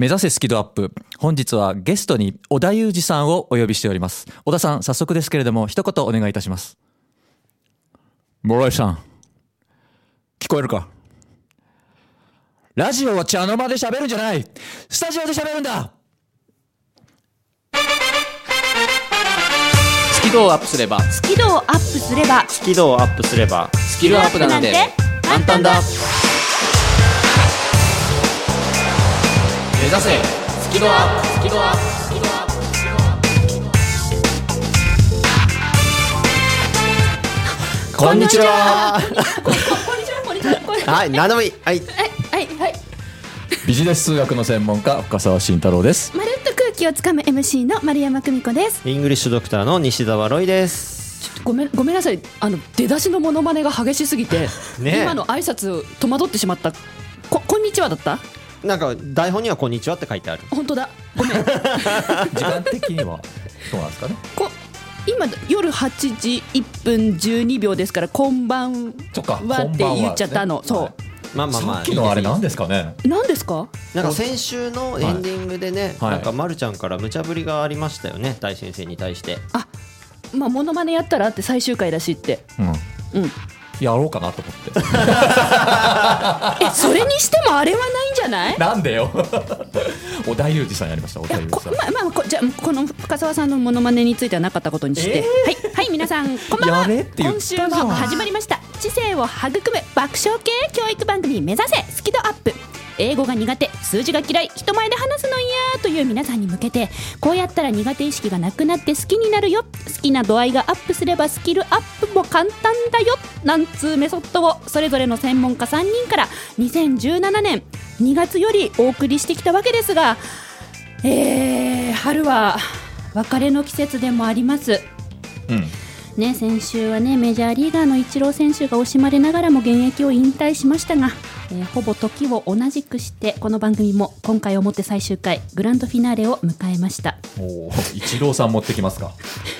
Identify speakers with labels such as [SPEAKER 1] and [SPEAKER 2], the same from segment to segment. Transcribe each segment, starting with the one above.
[SPEAKER 1] 目指せスキルアップ。本日はゲストに小田裕二さんをお呼びしております。小田さん、早速ですけれども一言お願いいたします。室井さん、聞こえるか？ラジオは茶の間で喋るんじゃない、スタジオで喋るんだ。スキルをアップすれば
[SPEAKER 2] スキルをアップすれば
[SPEAKER 3] スキルをアップすれば
[SPEAKER 1] スキルアップなんて簡単だ。目指せスキルアップ、スキルアップ、スキルアップ、スキルアップ。こんにちは。
[SPEAKER 3] はい、何でもいい。はい。
[SPEAKER 1] ビジネス数学の専門家深澤慎太郎です。
[SPEAKER 2] まるっと空気をつかむ MC の丸山久美子です。
[SPEAKER 3] イングリッシュドクターの西澤ロイです。
[SPEAKER 2] ちょっとごめんなさい、出だしのモノマネが激しすぎて、
[SPEAKER 3] ね、
[SPEAKER 2] 今の挨拶戸惑ってしまった。こんにちはだった？
[SPEAKER 3] なんか台本にはこんにちはって書いてある。
[SPEAKER 2] 本当だ、ごめん。
[SPEAKER 1] 時間的にはどうなんですかね。
[SPEAKER 2] 今夜8時1分12秒ですから、こんばんはって言っちゃったの、ね、そう、
[SPEAKER 1] はい、まあさっきのあれ何ですかね。
[SPEAKER 2] 何ですか？
[SPEAKER 3] なんか先週のエンディングでね、
[SPEAKER 1] はい、
[SPEAKER 3] なんかまるちゃんから無茶ぶりがありましたよね、大先生に対して。
[SPEAKER 2] まあモノマネやったらって最終回だしって、
[SPEAKER 1] やろうかなと思って
[SPEAKER 2] それにしてもあれはないんじゃない？
[SPEAKER 1] なんでよ。小田裕二さんやりました。小田裕二さん。
[SPEAKER 2] じゃあこの深澤さんのモノマネについてはなかったことにして、はい皆さんこんばんは。今週も始まりました知性を育む爆笑系教育番組、目指せスキルアップ。英語が苦手、数字が嫌い、人前で話すの嫌という皆さんに向けて、こうやったら苦手意識がなくなって好きになるよ、好きな度合いがアップすればスキルアップも簡単だよなんつうメソッドをそれぞれの専門家3人から2017年2月よりお送りしてきたわけですが、春は別れの季節でもあります、ね、先週はね、メジャーリーガーのイチロー選手が惜しまれながらも現役を引退しましたが、ほぼ時を同じくしてこの番組も今回をもって最終回グランドフィナーレを迎えました。
[SPEAKER 1] イチローさん持ってきますか？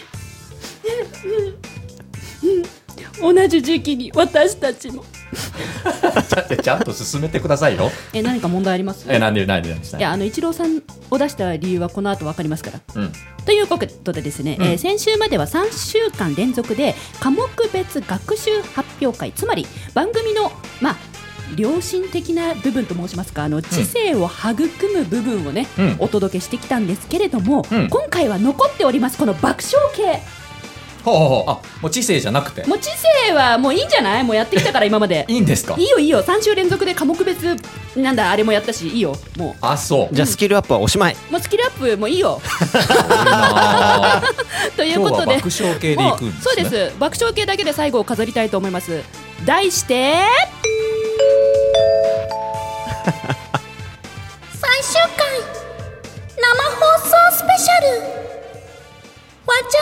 [SPEAKER 2] 同じ時期に私たちも
[SPEAKER 1] ちゃんと進めてくださいよ。
[SPEAKER 2] 何か問題あります？
[SPEAKER 1] なんでいや
[SPEAKER 2] イチローさんを出した理由はこの後分かりますから、ということでですね、先週までは3週間連続で科目別学習発表会、つまり番組の良心的な部分と申しますか、知性を育む部分をね、お届けしてきたんですけれども、今回は残っております、この爆笑系。
[SPEAKER 1] もう知性じゃなくて、
[SPEAKER 2] もう知性はもういいんじゃない？もうやってきたから今まで。いい
[SPEAKER 1] んですか？い
[SPEAKER 2] いよ、3週連続で科目別なんだあれもやったし、いいよもう。
[SPEAKER 1] そう。
[SPEAKER 3] じゃあスキルアップはおしまい。
[SPEAKER 2] もうスキルアップもいいよ。ということで、
[SPEAKER 1] 今日は爆笑系でいくんですね。
[SPEAKER 2] そうです、爆笑系だけで最後を飾りたいと思います。題して最終回生放送スペシャル、わちゃわちゃ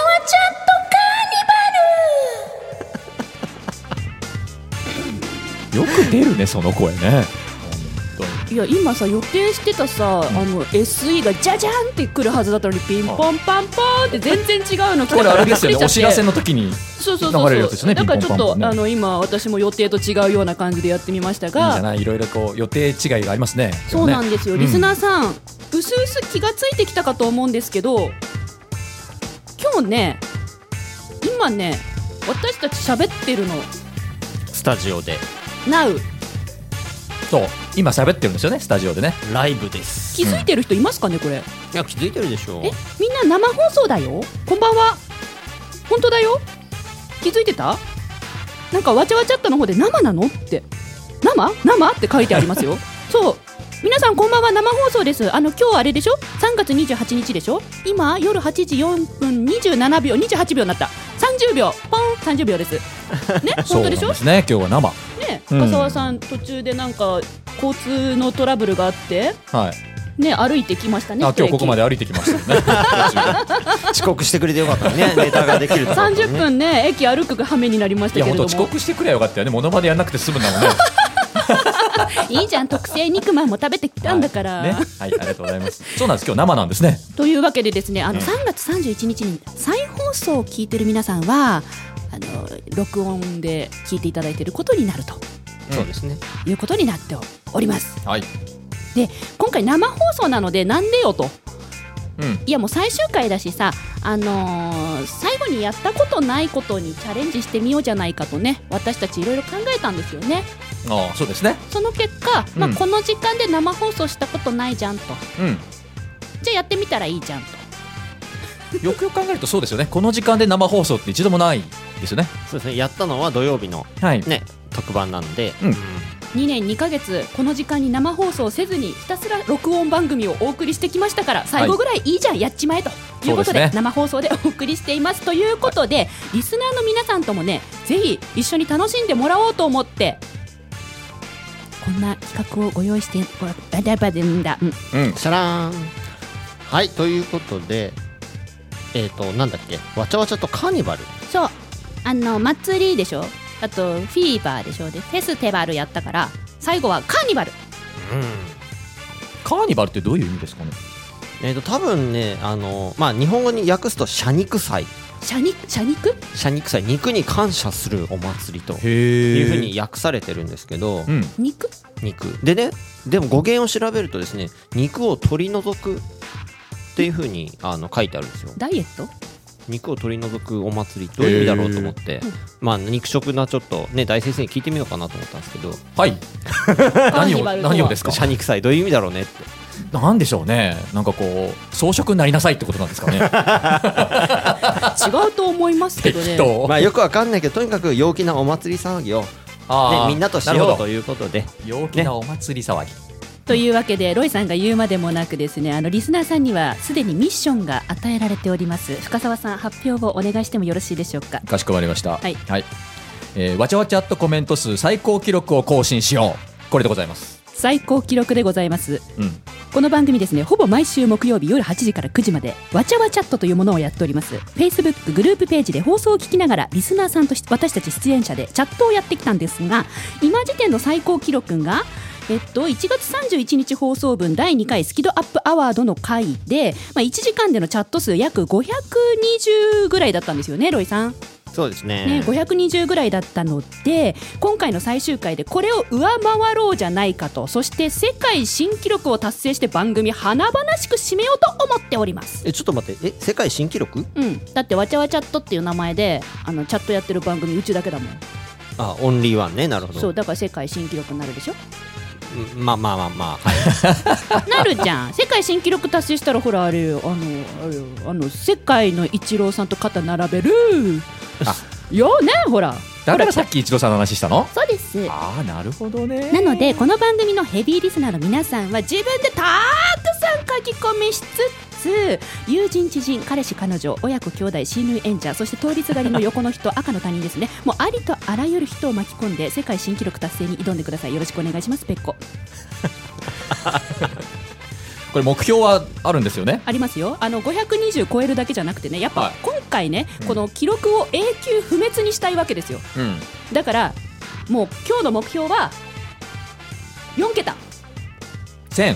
[SPEAKER 1] よく出るね、その声ね。
[SPEAKER 2] いや今さ、予定してたさ、SE がじゃじゃんって来るはずだったのに、ピンポンパンポンって全然違うの来て、
[SPEAKER 1] これあれですよね、お知らせの時に流れるやつですね。
[SPEAKER 2] だからちょっと今私も予定と違うような感じでやってみましたが、
[SPEAKER 1] いいじゃない、いろいろこう予定違いがありますね。
[SPEAKER 2] そうなんですよ、リスナーさん、うすうす気がついてきたかと思うんですけど、今日ね、今ね、私たち喋ってるの
[SPEAKER 3] スタジオで
[SPEAKER 2] Now、
[SPEAKER 1] そう今喋ってるんですよね、スタジオでね。
[SPEAKER 3] ライブです。
[SPEAKER 2] 気づいてる人いますかね、これ。
[SPEAKER 3] いや、気づいてるでしょう。
[SPEAKER 2] みんな生放送だよ。こんばんは。本当だよ。気づいてた？なんかわちゃわちゃっとの方で生なのって生って書いてありますよ。そう、皆さんこんばんは、生放送です。今日あれでしょ、3月28日でしょ。今夜8時4分27秒28秒になった。30秒ポン、30秒ですね。本当でしょ。そうですね、
[SPEAKER 1] 今日は生
[SPEAKER 2] ね。深澤さん、途中でなんか交通のトラブルがあって、ね、歩いてきましたね。
[SPEAKER 1] 今日ここまで歩いてきましたよね。
[SPEAKER 3] 遅刻してくれてよかったね。ネタができると、
[SPEAKER 2] 30分ね、駅歩く羽目になりましたけれども。
[SPEAKER 1] いや、本当遅刻してくれよかったよね。モノマネやんなくて済むんだもんね。
[SPEAKER 2] いいじゃん、特製肉まんも食べてきたんだから。
[SPEAKER 1] はい、ありがとうございます。そうなんです、今日生なんですね。
[SPEAKER 2] というわけでですね、3月31日に再放送を聞いてる皆さんは録音で聞いていただいていることになると、
[SPEAKER 3] そうですね、
[SPEAKER 2] いうことになっております。
[SPEAKER 1] はい。
[SPEAKER 2] で今回生放送なのでなんでよと、いやもう最終回だしさ、最後にやったことないことにチャレンジしてみようじゃないかとね、私たちいろいろ考えたんですよね。
[SPEAKER 1] ああ、そうですね。
[SPEAKER 2] その結果、この時間で生放送したことないじゃんと、じゃあやってみたらいいじゃんと
[SPEAKER 1] よくよく考えるとそうですよね。この時間で生放送って一度もないですよね。
[SPEAKER 3] そうですね、やったのは土曜日の、特番なんで、
[SPEAKER 2] 2年2ヶ月この時間に生放送せずにひたすら録音番組をお送りしてきましたから、最後ぐらいいいじゃん、やっちまえということで、生放送でお送りしていますということで、リスナーの皆さんともね、ぜひ一緒に楽しんでもらおうと思ってこんな企画をご用意してバダバデンだ、
[SPEAKER 3] シャラーン。はい、ということでなんだっけ、わちゃわちゃとカーニバル。
[SPEAKER 2] そう、祭りでしょ、あとフィーバーでしょ、でフェスティバルやったから最後はカーニバル。
[SPEAKER 1] カーニバルってどういう意味ですかね。
[SPEAKER 3] 多分ね、日本語に訳すと謝肉祭。謝肉祭、肉に感謝するお祭りというふうに訳されてるんですけど、
[SPEAKER 2] 肉
[SPEAKER 3] でね、でも語源を調べるとですね、肉を取り除くっていうふうに書いてあるんですよ。
[SPEAKER 2] ダイエット、
[SPEAKER 3] 肉を取り除くお祭り、どういう意味だろうと思って、肉食なちょっとね大先生に聞いてみようかなと思ったんですけど、
[SPEAKER 1] はい何をですか。
[SPEAKER 3] 謝肉祭どういう意味だろうねって。
[SPEAKER 1] なんでしょうね。なんかこう装飾になりなさいってことなんですかね。
[SPEAKER 2] 違うと思いますけどね。
[SPEAKER 3] よくわかんないけど、とにかく陽気なお祭り騒ぎを、みんなとしようということで、
[SPEAKER 1] 陽気なお祭り騒ぎ、
[SPEAKER 2] というわけで、ロイさんが言うまでもなくですね、リスナーさんにはすでにミッションが与えられております。深澤さん、発表をお願いしてもよろしいでしょうか。
[SPEAKER 1] かしこまりました。わちゃわちゃっとコメント数最高記録を更新しよう、これでございます。
[SPEAKER 2] 最高記録でございます、この番組ですね、ほぼ毎週木曜日夜8時から9時までわちゃわチャットというものをやっております。 Facebook グループページで放送を聞きながらリスナーさんと私たち出演者でチャットをやってきたんですが、今時点の最高記録が1月31日放送分第2回スキドアップアワードの回で、1時間でのチャット数約520ぐらいだったんですよね、ロイさん。
[SPEAKER 3] そうですね、
[SPEAKER 2] 520ぐらいだったので、今回の最終回でこれを上回ろうじゃないかと、そして世界新記録を達成して番組華々しく締めようと思っております。
[SPEAKER 3] ちょっと待って、世界新記録？
[SPEAKER 2] だってわちゃわちゃっとっていう名前でチャットやってる番組うちだけだもん。
[SPEAKER 3] オンリーワンね。なるほど。
[SPEAKER 2] そうだから世界新記録になるでしょ。
[SPEAKER 3] はい、
[SPEAKER 2] なるじゃん。世界新記録達成したらほら、あれ世界のイチローさんと肩並べるよね。ほら、
[SPEAKER 1] だからさっきイチローさんの話したの。
[SPEAKER 2] そうです。
[SPEAKER 1] なるほどね。
[SPEAKER 2] なのでこの番組のヘビーリスナーの皆さんは自分でたくさん書き込みしつつ、友人知人彼氏彼女親子兄弟親類縁者、そして通りすがりの横の人赤の他人ですね、もうありとあらゆる人を巻き込んで世界新記録達成に挑んでください。よろしくお願いします。ペッコ
[SPEAKER 1] これ目標はあるんですよね。
[SPEAKER 2] ありますよ。520超えるだけじゃなくてね、やっぱ今回ね、この記録を永久不滅にしたいわけですよ、だからもう今日の目標は4桁1000。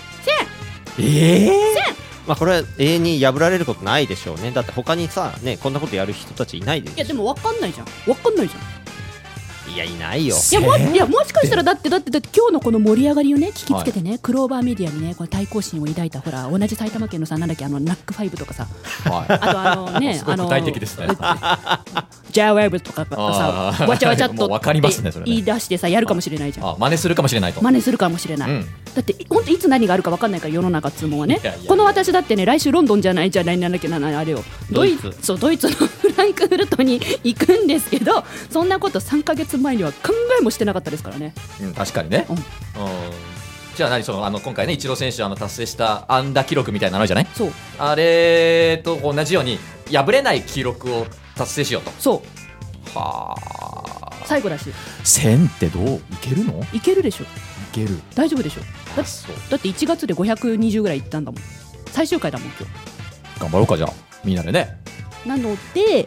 [SPEAKER 3] これは永遠に破られることないでしょうね。だって他にさ、こんなことやる人たちいないでしょ。
[SPEAKER 2] いやでも分かんないじゃん。
[SPEAKER 3] いや、いないよ。
[SPEAKER 2] いやもしかしたらだって今日のこの盛り上がりをね聞きつけてね、クローバーメディアにねこの対抗心を抱いた、ほら同じ埼玉県のさ、なんだっけ、ナックファイブとかさ、あと
[SPEAKER 1] すごい具体的ですね。
[SPEAKER 2] ジャーウェブとかさ、わちゃわちゃっと言い出してさ、やるかもしれないじゃん。
[SPEAKER 1] 真似するかもしれないと。
[SPEAKER 2] 真似するかもしれない、だって本当いつ何があるか分かんないから、世の中っつうもんはね。この私だってね、来週ロンドンじゃないなんだっけな、あれよ、ドイツのフランクフルトに行くんですけど、そんなこと3ヶ月前には考えもしてなかったですからね。
[SPEAKER 1] 確かにね。じゃあ今回ね、イチロー選手達成した安打記録みたいなのじゃない。
[SPEAKER 2] そう、
[SPEAKER 1] あれと同じように破れない記録を達成しようと。
[SPEAKER 2] そうはあ、最後だし。
[SPEAKER 1] 1000ってどういけるの？
[SPEAKER 2] いけるでしょ。
[SPEAKER 1] いける、
[SPEAKER 2] 大丈夫でしょ。だって1月で520ぐらいいったんだもん。最終回だもん今日。
[SPEAKER 1] 頑張ろうか、じゃあみんなでね。
[SPEAKER 2] なので、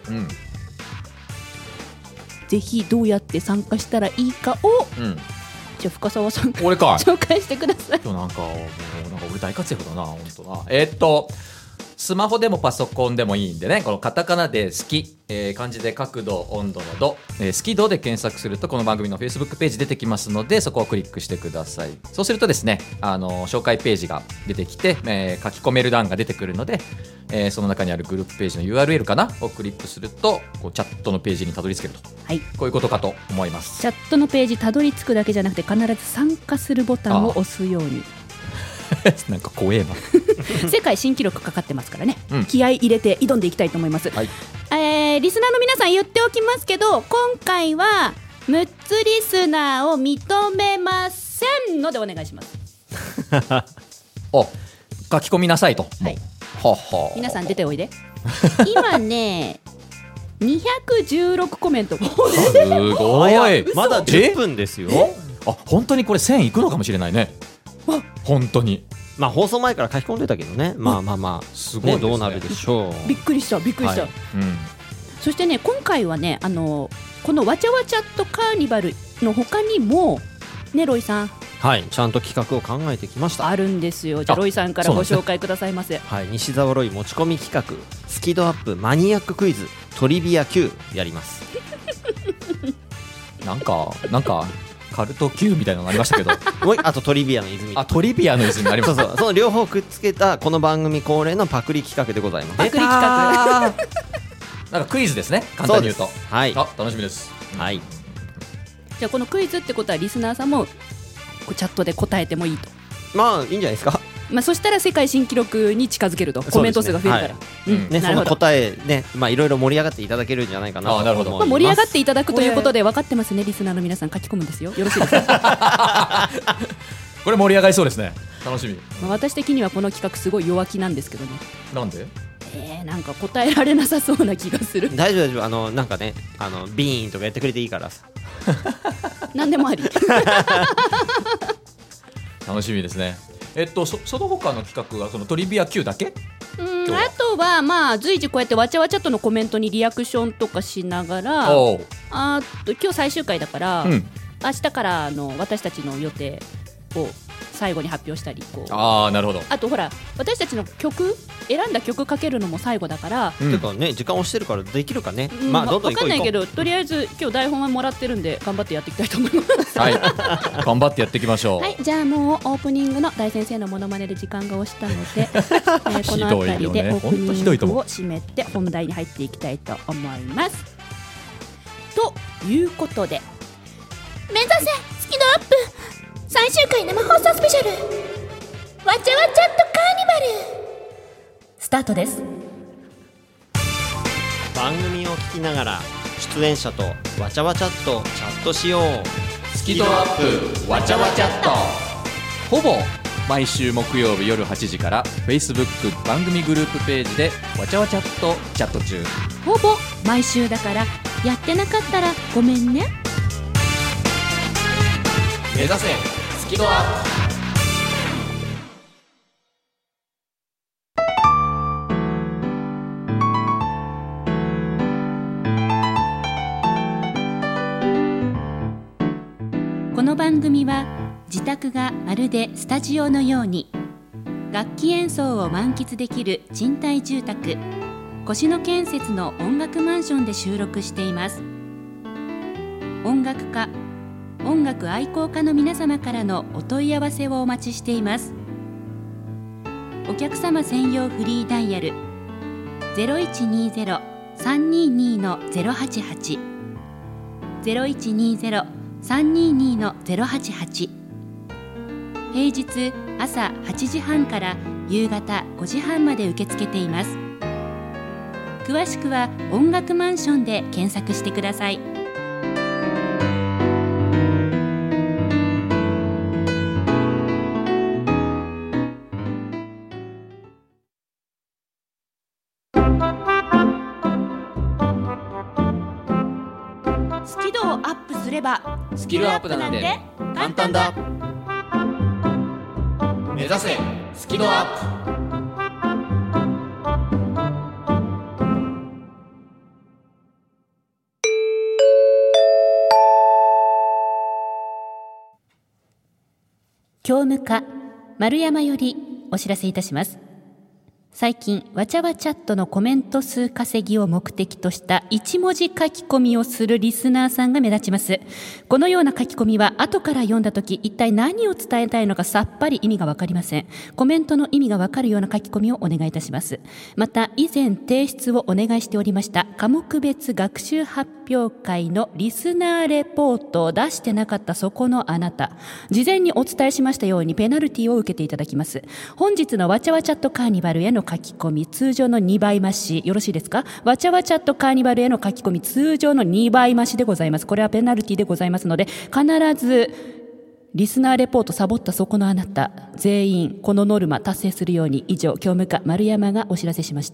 [SPEAKER 2] ぜひどうやって参加したらいいかを、じゃあ深澤さん
[SPEAKER 1] 俺か
[SPEAKER 2] 紹介してください。
[SPEAKER 1] 今日なんか俺大活躍だな、本当な。 スマホでもパソコンでもいいんでね、このカタカナで好き、漢字で角度温度の度、好き度で検索するとこの番組の Facebook ページ出てきますので、そこをクリックしてください。そうするとですね、紹介ページが出てきて、書き込める欄が出てくるので、その中にあるグループページの URL かなをクリックするとこうチャットのページにたどり着けると、はい、こういうことかと思います。
[SPEAKER 2] チャットのページたどり着くだけじゃなくて必ず参加するボタンを押すように
[SPEAKER 1] なんか怖えな
[SPEAKER 2] 世界新記録かかってますからね、気合い入れて挑んでいきたいと思います、はい。リスナーの皆さん言っておきますけど、今回は6つリスナーを認めませんのでお願いします
[SPEAKER 1] お、書き込みなさいと、
[SPEAKER 2] はい、皆さん出ておいで今ね216コメントすご
[SPEAKER 1] い
[SPEAKER 3] まだ10分ですよ。
[SPEAKER 1] 本当にこれ1000いくのかもしれないね。本当に
[SPEAKER 3] まあ放送前から書き込んでたけどね、まあ
[SPEAKER 1] すごいですね、
[SPEAKER 3] どうなるでしょ
[SPEAKER 2] う。びっくりした、はい、そしてね、今回はねこのわちゃわちゃっとカーニバルの他にもね、ロイさん、
[SPEAKER 3] はい、ちゃんと企画を考えてきました。
[SPEAKER 2] あるんですよ。じゃあロイさんからご紹介くださいませ。
[SPEAKER 3] はい、西澤ロイ持ち込み企画スキドアップマニアッククイズトリビア Q やります
[SPEAKER 1] なんかカルト Q みたいなのありましたけど
[SPEAKER 3] もうあとトリビアの泉、
[SPEAKER 1] トリビアの泉あります
[SPEAKER 3] そうその両方くっつけたこの番組恒例のパクリ企画でございます。
[SPEAKER 2] パクリ企画
[SPEAKER 1] なんかクイズですね、簡単に言うと。
[SPEAKER 3] はい、
[SPEAKER 1] 楽しみです、
[SPEAKER 3] はい。
[SPEAKER 2] じゃあこのクイズってことはリスナーさんもチャットで答えてもいいと。
[SPEAKER 3] まあいいんじゃないですか。
[SPEAKER 2] そしたら世界新記録に近づけると、コメント数が増えるから、
[SPEAKER 3] その答えね、いろいろ盛り上がっていただけるんじゃないかなと思います。
[SPEAKER 2] 盛り上がっていただくということで分かってますね、リスナーの皆さん書き込むんですよ。よろしいですか
[SPEAKER 1] これ盛り上がりそうですね、楽しみ。
[SPEAKER 2] 私的にはこの企画すごい弱気なんですけどね。
[SPEAKER 1] なんで？
[SPEAKER 2] なんか答えられなさそうな気がする。
[SPEAKER 3] 大丈夫、なんかね、ビーンとかやってくれていいからさ
[SPEAKER 2] 何でもあり
[SPEAKER 1] 楽しみですね。その他の企画はそのトリビア Q だけ？
[SPEAKER 2] あとは随時こうやってわちゃわちゃっとのコメントにリアクションとかしながら、今日最終回だから、明日から私たちの予定を最後に発表したり、
[SPEAKER 1] なるほど。
[SPEAKER 2] あとほら、私たちの選んだ曲かけるのも最後だから、
[SPEAKER 3] てかね、時間をしてるからできるかね、どんどん行こう。
[SPEAKER 2] 分かんないけど、とりあえず今日台本はもらってるんで頑張ってやっていきたいと思います
[SPEAKER 1] はい、頑張ってやっていきましょう。
[SPEAKER 2] はい、じゃあもうオープニングの大先生のモノマネで時間が押したのでこの辺りでオープニングを締めて本題に入っていきたいと思います。ということで、目指せスキドアップ最終回生放送スペシャルわちゃわちゃっとカーニバルスタートです。
[SPEAKER 3] 番組を聞きながら出演者とわちゃわちゃっとチャットしよう。
[SPEAKER 1] スキドアップわちゃわちゃっと、ほぼ毎週木曜日夜8時から Facebook 番組グループページでわちゃわちゃっとチャット中。
[SPEAKER 2] ほぼ毎週だからやってなかったらごめんね。
[SPEAKER 1] 目指せスキドアップ。
[SPEAKER 2] この番組は自宅がまるでスタジオのように楽器演奏を満喫できる賃貸住宅越野建設の音楽マンションで収録しています。音楽家、音楽愛好家の皆様からのお問い合わせをお待ちしています。お客様専用フリーダイヤル 0120-322-088 0120-322-088 平日朝8時半から夕方5時半まで受け付けています。詳しくは音楽マンションで検索してください。スキルをアップすれば
[SPEAKER 1] スキルアップなんて簡単だ。目指せスキルアップ。
[SPEAKER 2] 教務課丸山よりお知らせいたします。 最近わちゃわチャットのコメント数稼ぎを目的とした1文字書き込みをするリスナーさんが目立ちます。このような書き込みは後から読んだとき一体何を伝えたいのかさっぱり意味がわかりません。コメントの意味がわかるような書き込みをお願いいたします。また以前提出をお願いしておりました科目別学習発表会のリスナーレポートを出してなかったそこのあなた、事前にお伝えしましたようにペナルティを受けていただきます。本日のわちゃわチャットカーニバルへの書き込み通常の2倍増しよろしいですか。わちゃわチャットカーニバルへの書き込み通常の2倍増しでございます。これはペナルティでございますので、必ずリスナーレポートサボったそこのあなた全員このノルマ達成するように。以上、教務課丸山がお知らせしました。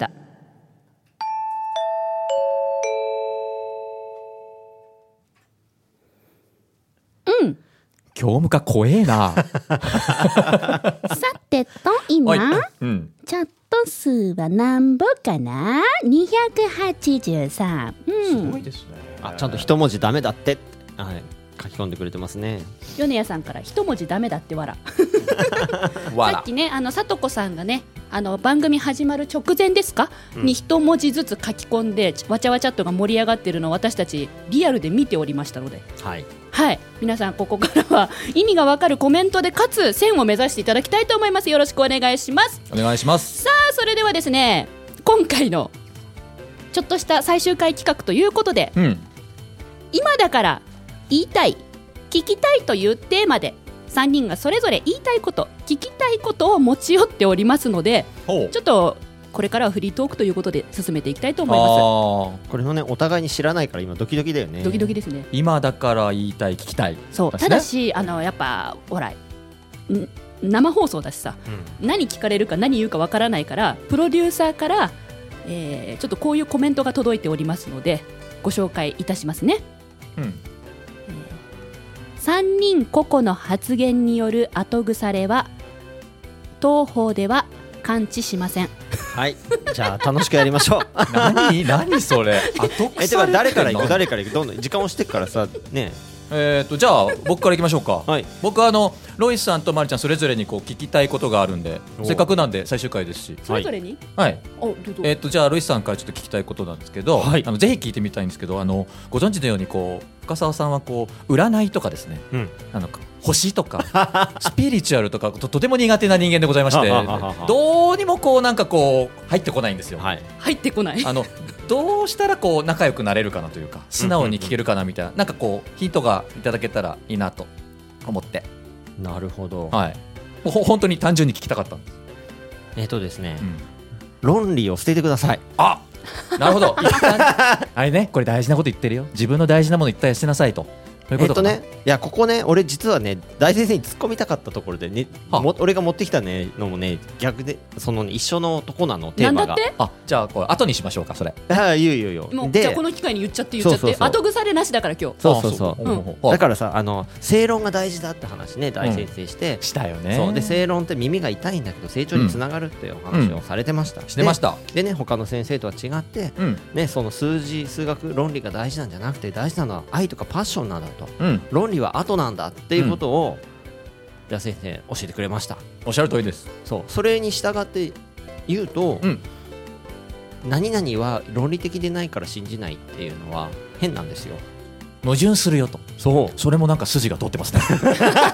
[SPEAKER 1] 教務課怖えな
[SPEAKER 2] さてと今、チャット数は何ぼかな。283。
[SPEAKER 1] すごいですね。
[SPEAKER 3] ちゃんと一文字ダメだって、書き込んでくれてますね。
[SPEAKER 2] 米谷さんから一文字ダメだってわらさっきねさとこさんがね番組始まる直前ですか、に一文字ずつ書き込んでわちゃわチャットが盛り上がってるのを私たちリアルで見ておりましたので、はい、皆さんここからは意味がわかるコメントでかつ1000を目指していただきたいと思います。よろしくお願いします。
[SPEAKER 1] お願いします。
[SPEAKER 2] さあそれではですね、今回のちょっとした最終回企画ということで、今だから言いたい聞きたいというテーマで3人がそれぞれ言いたいこと聞きたいことを持ち寄っておりますので、ちょっとこれからはフリートークということで進めていきたいと思います。
[SPEAKER 3] これもねお互いに知らないから今ドキドキだよね。
[SPEAKER 2] ドキドキですね。
[SPEAKER 1] 今だから言いたい聞きたい、
[SPEAKER 2] そう、ただしやっぱほら生放送だしさ、何聞かれるか何言うかわからないからプロデューサーから、ちょっとこういうコメントが届いておりますのでご紹介いたしますね。3人個々の発言による後腐れは当方では感知しません。
[SPEAKER 3] はい、じゃあ楽しくやりましょう
[SPEAKER 1] 何それ後腐れ
[SPEAKER 3] では誰から行くどんどん時間押してっからさね。
[SPEAKER 1] じゃあ僕からいきましょうか。僕はロイスさんとマリちゃんそれぞれにこう聞きたいことがあるんで、せっかくなんで最終回ですし
[SPEAKER 2] それぞれに、
[SPEAKER 1] じゃあロイスさんからちょっと聞きたいことなんですけど、ぜひ聞いてみたいんですけど、ご存知のようにこう深澤さんはこう占いとかですね、星とかスピリチュアルとか とても苦手な人間でございましてどうにもこうなんかこう入ってこないんですよ。
[SPEAKER 2] 入ってこない
[SPEAKER 1] どうしたらこう仲良くなれるかなというか素直に聞けるかなみたいな、なんかこうヒントがいただけたらいいなと思って。
[SPEAKER 3] なるほど。
[SPEAKER 1] 本当に単純に聞きたかったんです。
[SPEAKER 3] ですね、論理を捨ててください。
[SPEAKER 1] なるほどあれね、これ大事なこと言ってるよ。自分の大事なもの言ったりしてなさいと。い
[SPEAKER 3] やここね、俺実はね大先生に突っ込みたかったところでね、俺が持ってきたねのもね逆で一緒のとこなのテーマが。
[SPEAKER 2] なんだって。
[SPEAKER 1] じゃあこれ後にしましょうかそれ。
[SPEAKER 3] 言う
[SPEAKER 2] もうじゃあこの機会に言っちゃって後腐れなしだから今日。
[SPEAKER 3] そうだからさ正論が大事だって話ね大先生して
[SPEAKER 1] したよね。
[SPEAKER 3] そうで正論って耳が痛いんだけど成長につながるっていう話をされてました。
[SPEAKER 1] してました。
[SPEAKER 3] でね他の先生とは違ってねその数学論理が大事なんじゃなくて大事なのは愛とかパッションなんだと、論理は後なんだっていうことを、じゃあ先生教えてくれました。
[SPEAKER 1] おっしゃる通りです。
[SPEAKER 3] それに従って言うと、何々は論理的でないから信じないっていうのは変なんですよ。
[SPEAKER 1] 矛盾するよと。それもなんか筋が通ってますね
[SPEAKER 2] 結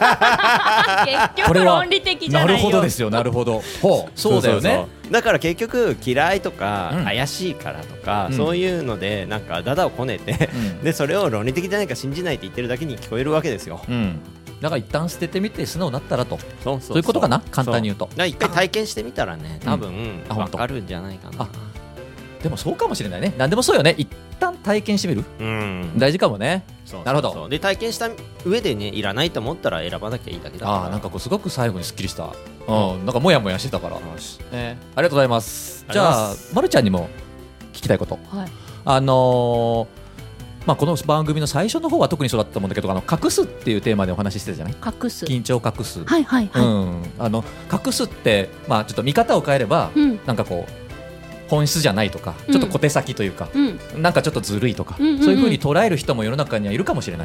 [SPEAKER 2] 局論理的じゃないよ。
[SPEAKER 1] なるほどですよ。なるほど。そうだよね。
[SPEAKER 3] だから結局嫌いとか怪しいからとか、そういうのでなんかダダをこねて、でそれを論理的じゃないか信じないって言ってるだけに聞こえるわけですよ。
[SPEAKER 1] だから一旦捨ててみて素直になったらと。そういうことかな、簡単に言うと。
[SPEAKER 3] 一回体験してみたらね多分分かるんじゃないかな。
[SPEAKER 1] でもそうかもしれないね。何でもそうよね。一旦体験してみる、大事かもね。なるほど。
[SPEAKER 3] で体験した上でねいらないと思ったら選ばなきゃいいだけだから。
[SPEAKER 1] なんかこうすごく最後にすっきりした。なんかモヤモヤしてたから。ありがとうございます。じゃあまるちゃんにも聞きたいこと。この番組の最初の方は特にそうだったと思うんだけど、隠すっていうテーマでお話ししてたじゃない。
[SPEAKER 2] 隠す、
[SPEAKER 1] 緊張を隠す。
[SPEAKER 2] 隠
[SPEAKER 1] すってちょっと見方を変えれば、なんかこう本質じゃないとか、ちょっと小手先というか、なんかちょっとずるいとか、そういう風に捉える人も世の中にはいるかもしれない。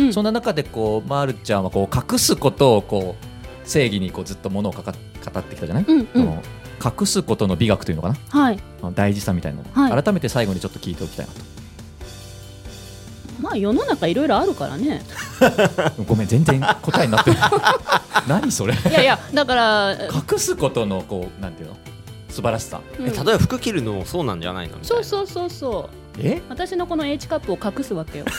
[SPEAKER 1] そんな中でこうまるちゃんはこう隠すことをこう正義にこうずっとものを語ってきたじゃない。 隠すことの美学というのかな、
[SPEAKER 2] はい、
[SPEAKER 1] 大事さみたいなの、はい、改めて最後にちょっと聞いておきたいなと。
[SPEAKER 2] まあ世の中いろいろあるからね
[SPEAKER 1] ごめん全然答えになってる何それ。い
[SPEAKER 2] やいやだから
[SPEAKER 1] 隠すことのこうなんていうの素晴らしさ、
[SPEAKER 3] 例えば服着るのもそうなんじゃないのみたいな。
[SPEAKER 2] そう私のこの H カップを隠すわけよ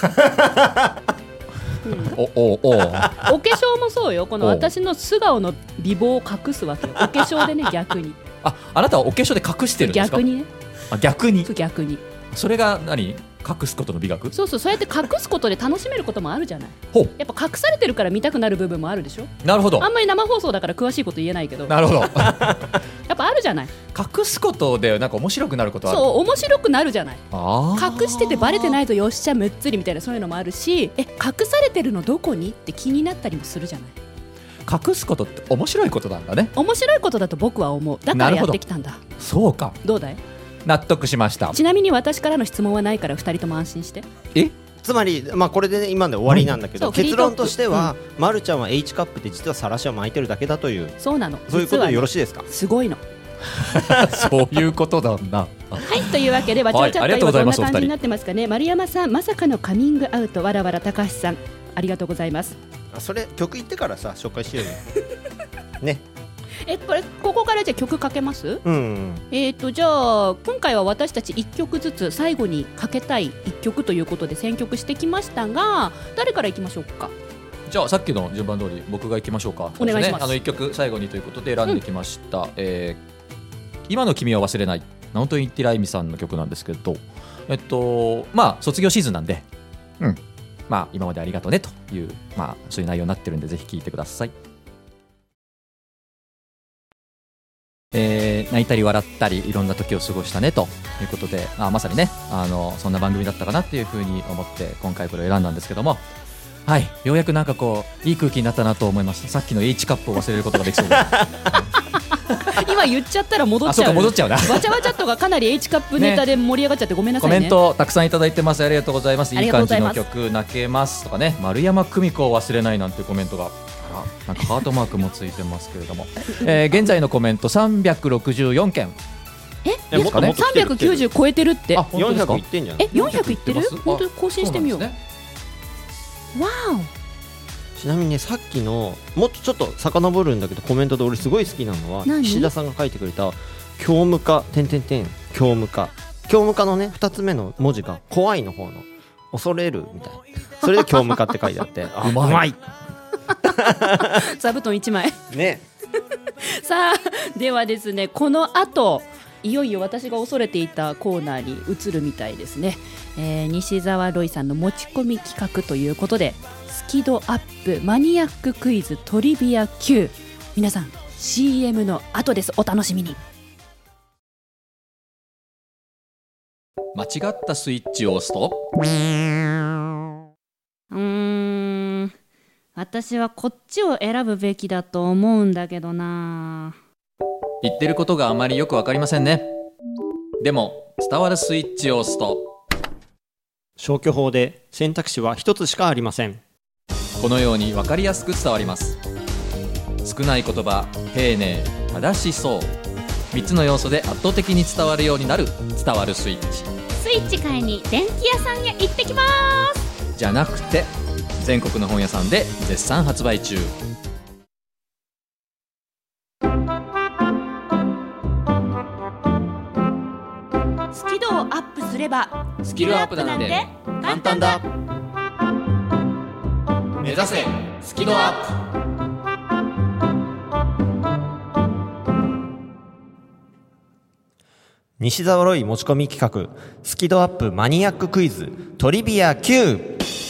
[SPEAKER 1] お化
[SPEAKER 2] 粧もそうよ。この私の素顔の美貌を隠すわけよ。お化粧でね逆に
[SPEAKER 1] あなたはお化粧で隠してるんですか。
[SPEAKER 2] 逆にね。
[SPEAKER 1] 逆にそれが何隠すことの美学。
[SPEAKER 2] そうやって隠すことで楽しめることもあるじゃない。やっぱ隠されてるから見たくなる部分もあるでしょ。
[SPEAKER 1] なるほど。
[SPEAKER 2] あんまり生放送だから詳しいこと言えないけど。
[SPEAKER 1] なるほど
[SPEAKER 2] やっぱあるじゃない。
[SPEAKER 1] 隠すことでなんか面白くなることある。
[SPEAKER 2] そう面白くなるじゃない。隠しててバレてないとよっしゃむっつりみたいなそういうのもあるし、隠されてるのどこにって気になったりもするじゃない。
[SPEAKER 1] 隠すことって面白いことなんだね。
[SPEAKER 2] 面白いことだと僕は思う。だからやってきたんだ。
[SPEAKER 1] そうか。
[SPEAKER 2] どうだい。
[SPEAKER 1] 納得しました。
[SPEAKER 2] ちなみに私からの質問はないから2人とも安心して。
[SPEAKER 3] つまり、これで、ね、今で終わりなんだけど、結論としては、まるちゃんは H カップで実はさらしを巻いてるだけだという。
[SPEAKER 2] そうなの。
[SPEAKER 3] そういうことでよろしいですか。
[SPEAKER 2] すごいの
[SPEAKER 1] そういうことなんだ。
[SPEAKER 2] はいというわけでわちゃわちゃっと今どんな感じになってますかね。丸山さんまさかのカミングアウトわらわら高橋さんありがとうございます。
[SPEAKER 3] それ曲言ってからさ紹介しようよね。
[SPEAKER 2] ここからじゃあ曲かけます。じゃあ今回は私たち1曲ずつ最後にかけたい1曲ということで選曲してきましたが、誰からいきましょうか。
[SPEAKER 1] じゃあさっきの順番通り僕がいきましょうか。
[SPEAKER 2] お願いします。
[SPEAKER 1] 1曲最後にということで選んできました、今の君を忘れないナオト・インティライミさんの曲なんですけど、卒業シーズンなんで、今までありがとうねという、そういう内容になってるんでぜひ聴いてください。泣いたり笑ったりいろんな時を過ごしたねということで、まさにねそんな番組だったかなっていうふうに思って今回これを選んだんですけども、はい、ようやくなんかこういい空気になったなと思います。さっきの H カップを忘れることができそうで
[SPEAKER 2] 今言っちゃったら戻っちゃう。
[SPEAKER 1] そうか戻っちゃうな。
[SPEAKER 2] わちゃわちゃっとがかなり H カップネタで盛り上がっちゃってごめんなさいね。
[SPEAKER 1] コメントたくさんいただいてます。ありがとうございます。いい感じの曲泣けますとかね、丸山久美子を忘れないなんていうコメントがなんかハートマークもついてますけれども、現在のコメント364件
[SPEAKER 2] ですかね。390超えてるって。
[SPEAKER 3] 400いってんじゃん。
[SPEAKER 2] 400いってる。本当更新してみよう。わ
[SPEAKER 3] お。ちなみにねさっきのもっとちょっと遡るんだけどコメントで俺すごい好きなのは岸田さんが書いてくれた教務課教務課のね2つ目の文字が怖いの方の恐れるみたいな、それで教務課って書いてあってうまい
[SPEAKER 2] 座布団1枚
[SPEAKER 3] ね
[SPEAKER 2] さあではですね、この後いよいよ私が恐れていたコーナーに移るみたいですね。西澤ロイさんの持ち込み企画ということでスキドアップマニアッククイズトリビア Q、 皆さん CM の後です。お楽しみに。
[SPEAKER 1] 間違ったスイッチを押すと
[SPEAKER 2] 私はこっちを選ぶべきだと思うんだけどな。
[SPEAKER 1] 言ってることがあまりよくわかりませんね。でも伝わるスイッチを押すと
[SPEAKER 3] 消去法で選択肢は一つしかありません。
[SPEAKER 1] このようにわかりやすく伝わります。少ない言葉、丁寧、正しそう、3つの要素で圧倒的に伝わるようになる伝わるスイッチ。
[SPEAKER 2] スイッチ買いに電気屋さんへ行ってきます
[SPEAKER 1] じゃなくて全国の本屋さんで絶賛発売中。
[SPEAKER 2] スキルをアップすれば
[SPEAKER 1] スキルアップなんて簡単だ。目指せスキルアップ。
[SPEAKER 3] 西澤ロイ持ち込み企画スキドアップマニアッククイズトリビア Q。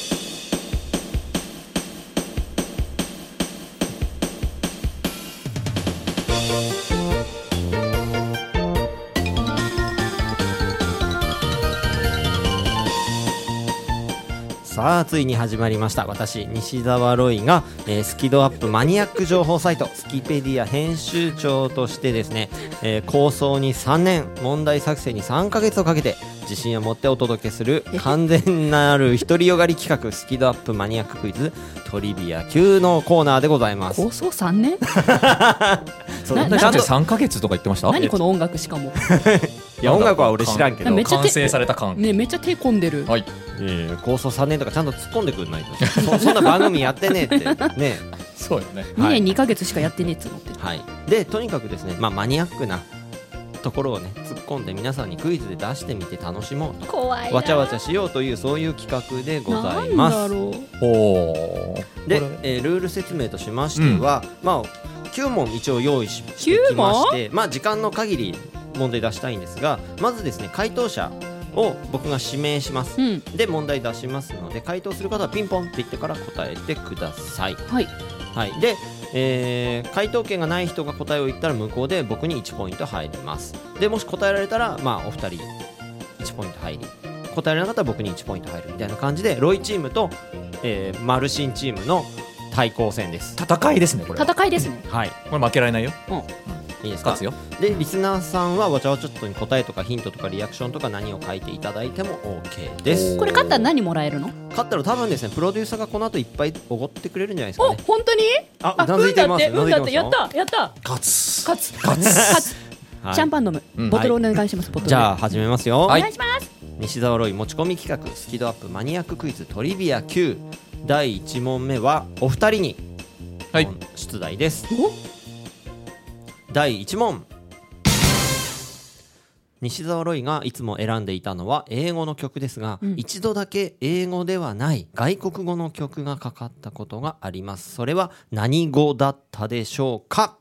[SPEAKER 3] さあついに始まりました。私西澤ロイが、スキドアップマニアック情報サイトスキペディア編集長としてですね、構想に3年問題作成に3ヶ月をかけて自信を持ってお届けする完全なる独りよがり企画スキドアップマニアッククイズトリビア級のコーナーでございます。
[SPEAKER 2] 構想3年
[SPEAKER 3] そう
[SPEAKER 2] な
[SPEAKER 1] だって3ヶ月とか言ってました。
[SPEAKER 2] 何この音楽しかも
[SPEAKER 3] いや音楽は俺知らんけど
[SPEAKER 2] めっちゃ
[SPEAKER 1] 完成された感
[SPEAKER 2] ねめっちゃ手込んでる。
[SPEAKER 1] はい、
[SPEAKER 3] 構想3年とかちゃんと突っ込んでくんないとそんな番組やってねえってね。
[SPEAKER 1] そうよね。
[SPEAKER 2] 2年2ヶ月しかやってねえっつうのって。
[SPEAKER 3] はい、でとにかくですね、マニアックなところをね突っ込んで皆さんにクイズで出してみて楽しもうと、
[SPEAKER 2] 怖いな。
[SPEAKER 3] わちゃわちゃしようというそういう企画でございます。
[SPEAKER 2] なんだろう。
[SPEAKER 1] おー
[SPEAKER 3] で、ルール説明としましては、9問一応用意してきまして、時間の限り問題出したいんですが、まずですね回答者を僕が指名します、で問題出しますので、回答する方はピンポンって言ってから答えてください。
[SPEAKER 2] はい、
[SPEAKER 3] はい、で、回答権がない人が答えを言ったら向こうで僕に1ポイント入ります。でもし答えられたらお二人1ポイント入り、答えられなかったら僕に1ポイント入るみたいな感じで、ロイチームと、マルシンチームの対抗戦です。
[SPEAKER 1] 戦いですねこれ。
[SPEAKER 2] 戦いですね。
[SPEAKER 3] はい、
[SPEAKER 1] これ負けられないよ。
[SPEAKER 3] いいですか。
[SPEAKER 1] 勝つよ。
[SPEAKER 3] でリスナーさんはわちゃわちゃっとに答えとかヒントとかリアクションとか何を書いていただいても OK です。
[SPEAKER 2] これ勝ったら何もらえるの？
[SPEAKER 3] 勝ったら多分ですねプロデューサーがこの後いっぱいおごってくれるんじゃないですかね。
[SPEAKER 2] 本当に？
[SPEAKER 3] うなずいてます。
[SPEAKER 2] うんだってやったやった。
[SPEAKER 1] 勝つ。
[SPEAKER 2] 勝つ。
[SPEAKER 3] はい、
[SPEAKER 2] シャンパン飲む。ボトルお願いします。ボトル。
[SPEAKER 3] じゃあ始めますよ。
[SPEAKER 2] お願いします。
[SPEAKER 3] 西澤ロイ持ち込み企画スキドアップマニアッククイズトリビア Q 第1問目はお二人に出題です。第1問、西澤ロイがいつも選んでいたのは英語の曲ですが、一度だけ英語ではない外国語の曲がかかったことがあります。それは何語だったでしょうか。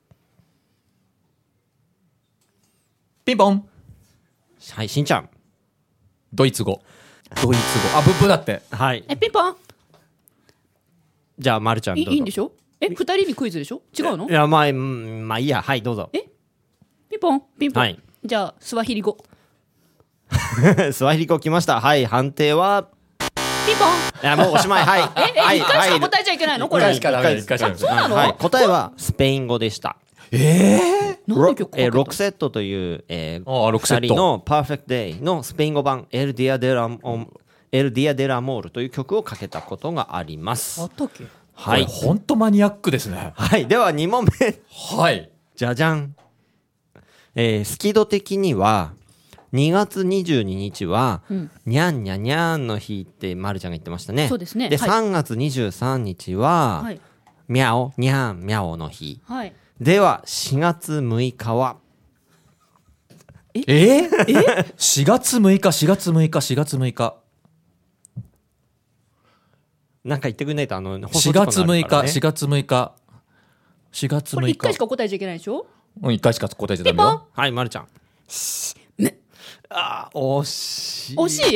[SPEAKER 1] ピンポン。
[SPEAKER 3] はい、しんちゃん。
[SPEAKER 1] ドイツ語。ブッブだって。
[SPEAKER 3] はい、
[SPEAKER 2] ピンポン。
[SPEAKER 3] じゃあまるちゃんどうぞ。
[SPEAKER 2] いいんでしょ。2人にクイズでしょ。違うの？
[SPEAKER 3] いやまあいいや。はい、どうぞ。
[SPEAKER 2] ピンポンピンポン、
[SPEAKER 3] はい、
[SPEAKER 2] じゃあスワヒリ語。
[SPEAKER 3] スワヒリ語来ました。はい、判定は
[SPEAKER 2] ピンポン。
[SPEAKER 3] いやもうおしまい。はい
[SPEAKER 2] 1回しか答えちゃいけないのこれ。
[SPEAKER 1] 1回しかダメ。
[SPEAKER 2] そうなの？
[SPEAKER 3] はい、答えはスペイン語でした。
[SPEAKER 2] 何の曲かけた
[SPEAKER 3] 6セットという、2
[SPEAKER 1] 6
[SPEAKER 3] 人のパーフェクトデイのスペイン語版エルディアデラモールという曲をかけたことがあります。
[SPEAKER 2] あったっけ？
[SPEAKER 3] はい、
[SPEAKER 1] 本当マニアックですね。
[SPEAKER 3] はい、では2問目。
[SPEAKER 1] はい、
[SPEAKER 3] じゃじゃん。スキド的には2月22日は、にゃんにゃにゃんの日ってまるちゃんが言ってましたね。
[SPEAKER 2] そうですね。
[SPEAKER 3] で、
[SPEAKER 2] はい、
[SPEAKER 3] 3月23日は、みゃおにゃんみゃおの日。
[SPEAKER 2] はい、
[SPEAKER 3] では4月6日は
[SPEAKER 1] 4月6日
[SPEAKER 3] なんか言ってくんないと
[SPEAKER 1] 4月6日
[SPEAKER 2] これ1回しか答えちゃいけないでしょ。
[SPEAKER 1] 1回しか答えちゃダメよ。
[SPEAKER 3] はい、まるちゃん。惜しい
[SPEAKER 2] 惜しい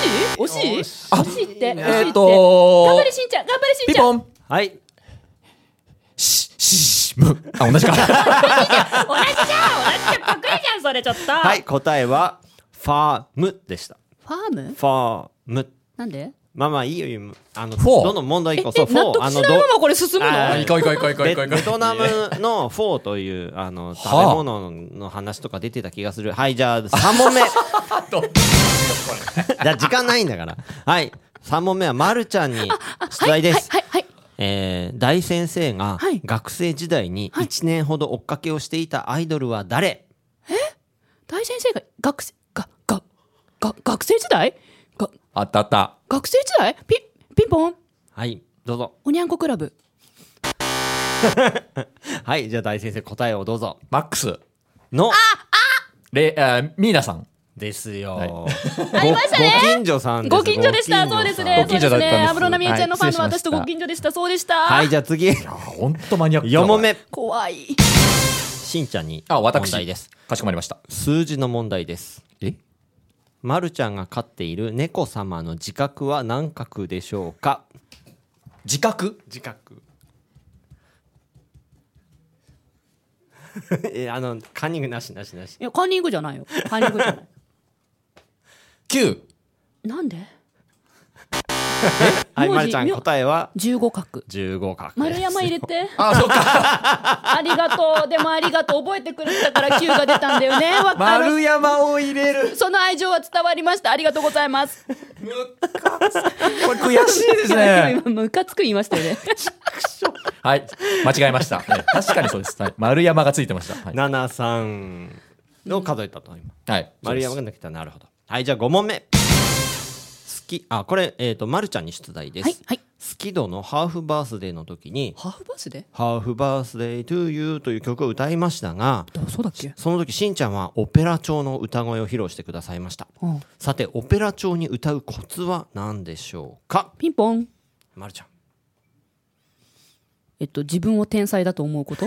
[SPEAKER 2] って頑張れしんちゃん
[SPEAKER 1] ピンポン。
[SPEAKER 3] はい、
[SPEAKER 1] 同じか。
[SPEAKER 2] 同じじゃん得意じゃんそれちょっと。
[SPEAKER 3] はい、答えはファームでした。
[SPEAKER 2] ファ
[SPEAKER 3] ーム
[SPEAKER 2] なんで？
[SPEAKER 3] いいよ。
[SPEAKER 1] ど
[SPEAKER 3] の問題以降
[SPEAKER 2] 納得しないままこれ進むの？
[SPEAKER 1] 行こう
[SPEAKER 3] ベトナムのフォーという食べ物の話とか出てた気がする。はい、じゃあ3問目。じゃあ時間ないんだから。はい、3問目はまるちゃんに出題です。大先生が学生時代に1年ほど追っかけをしていたアイドルは誰？
[SPEAKER 2] 大先生が学生時代？
[SPEAKER 1] あった
[SPEAKER 2] 学生時代？ピンポン。
[SPEAKER 3] はい、どうぞ。
[SPEAKER 2] おにゃんこクラブ。
[SPEAKER 3] はい、じゃあ大先生答えをどうぞ。
[SPEAKER 1] マックス
[SPEAKER 3] の
[SPEAKER 1] ミーナさん
[SPEAKER 3] ですよ。
[SPEAKER 2] ありましたね。
[SPEAKER 3] ご近所さんです。
[SPEAKER 2] ご近所でした。そうですね。
[SPEAKER 1] ご近所だったんです。
[SPEAKER 2] 安室奈美恵ちゃんのファンの私とご近所でした。そうでした。
[SPEAKER 3] はい、じゃあ次。
[SPEAKER 1] 本当マニアック。
[SPEAKER 3] 4問目。
[SPEAKER 2] 怖い。
[SPEAKER 3] しんちゃんに
[SPEAKER 1] 問
[SPEAKER 3] 題です。
[SPEAKER 1] かしこまりました。
[SPEAKER 3] 数字の問題です。まるちゃんが飼っている猫様の自覚は何画でしょうか。
[SPEAKER 1] 自覚
[SPEAKER 3] カンニングなし。
[SPEAKER 2] いやカンニングじゃないよ。カンニングじゃない。
[SPEAKER 1] 9。
[SPEAKER 2] なんで？
[SPEAKER 3] はい、まるちゃん答えは
[SPEAKER 2] 15画。
[SPEAKER 3] 15画。
[SPEAKER 2] 丸山入れて。
[SPEAKER 1] あ、そっか。
[SPEAKER 2] ありがとう。でもありがとう。覚えてくれたから9が出たんだよね。
[SPEAKER 1] 丸山を入れる。
[SPEAKER 2] その愛情は伝わりました。ありがとうございます。
[SPEAKER 1] これ悔しいですね。
[SPEAKER 2] 今ムカつく言いましたよね。
[SPEAKER 1] はい、間違えました。確かにそうです。はい、丸山がついてました。はい、
[SPEAKER 3] 73の数えたと今。
[SPEAKER 1] はい、
[SPEAKER 3] 丸山が抜けた。なるほど。はい、じゃあ5問目。これまるちゃんに出題です。
[SPEAKER 2] はいはい。
[SPEAKER 3] スキドのハーフバースデーの時に
[SPEAKER 2] ハーフバースデー？
[SPEAKER 3] ハーフバースデートゥーユーという曲を歌いましたが、
[SPEAKER 2] そうだっけ？
[SPEAKER 3] その時しんちゃんはオペラ調の歌声を披露してくださいました。さてオペラ調に歌うコツは何でしょうか？
[SPEAKER 2] ピンポン。
[SPEAKER 3] まるちゃん。
[SPEAKER 2] 自分を天才だと思うこと？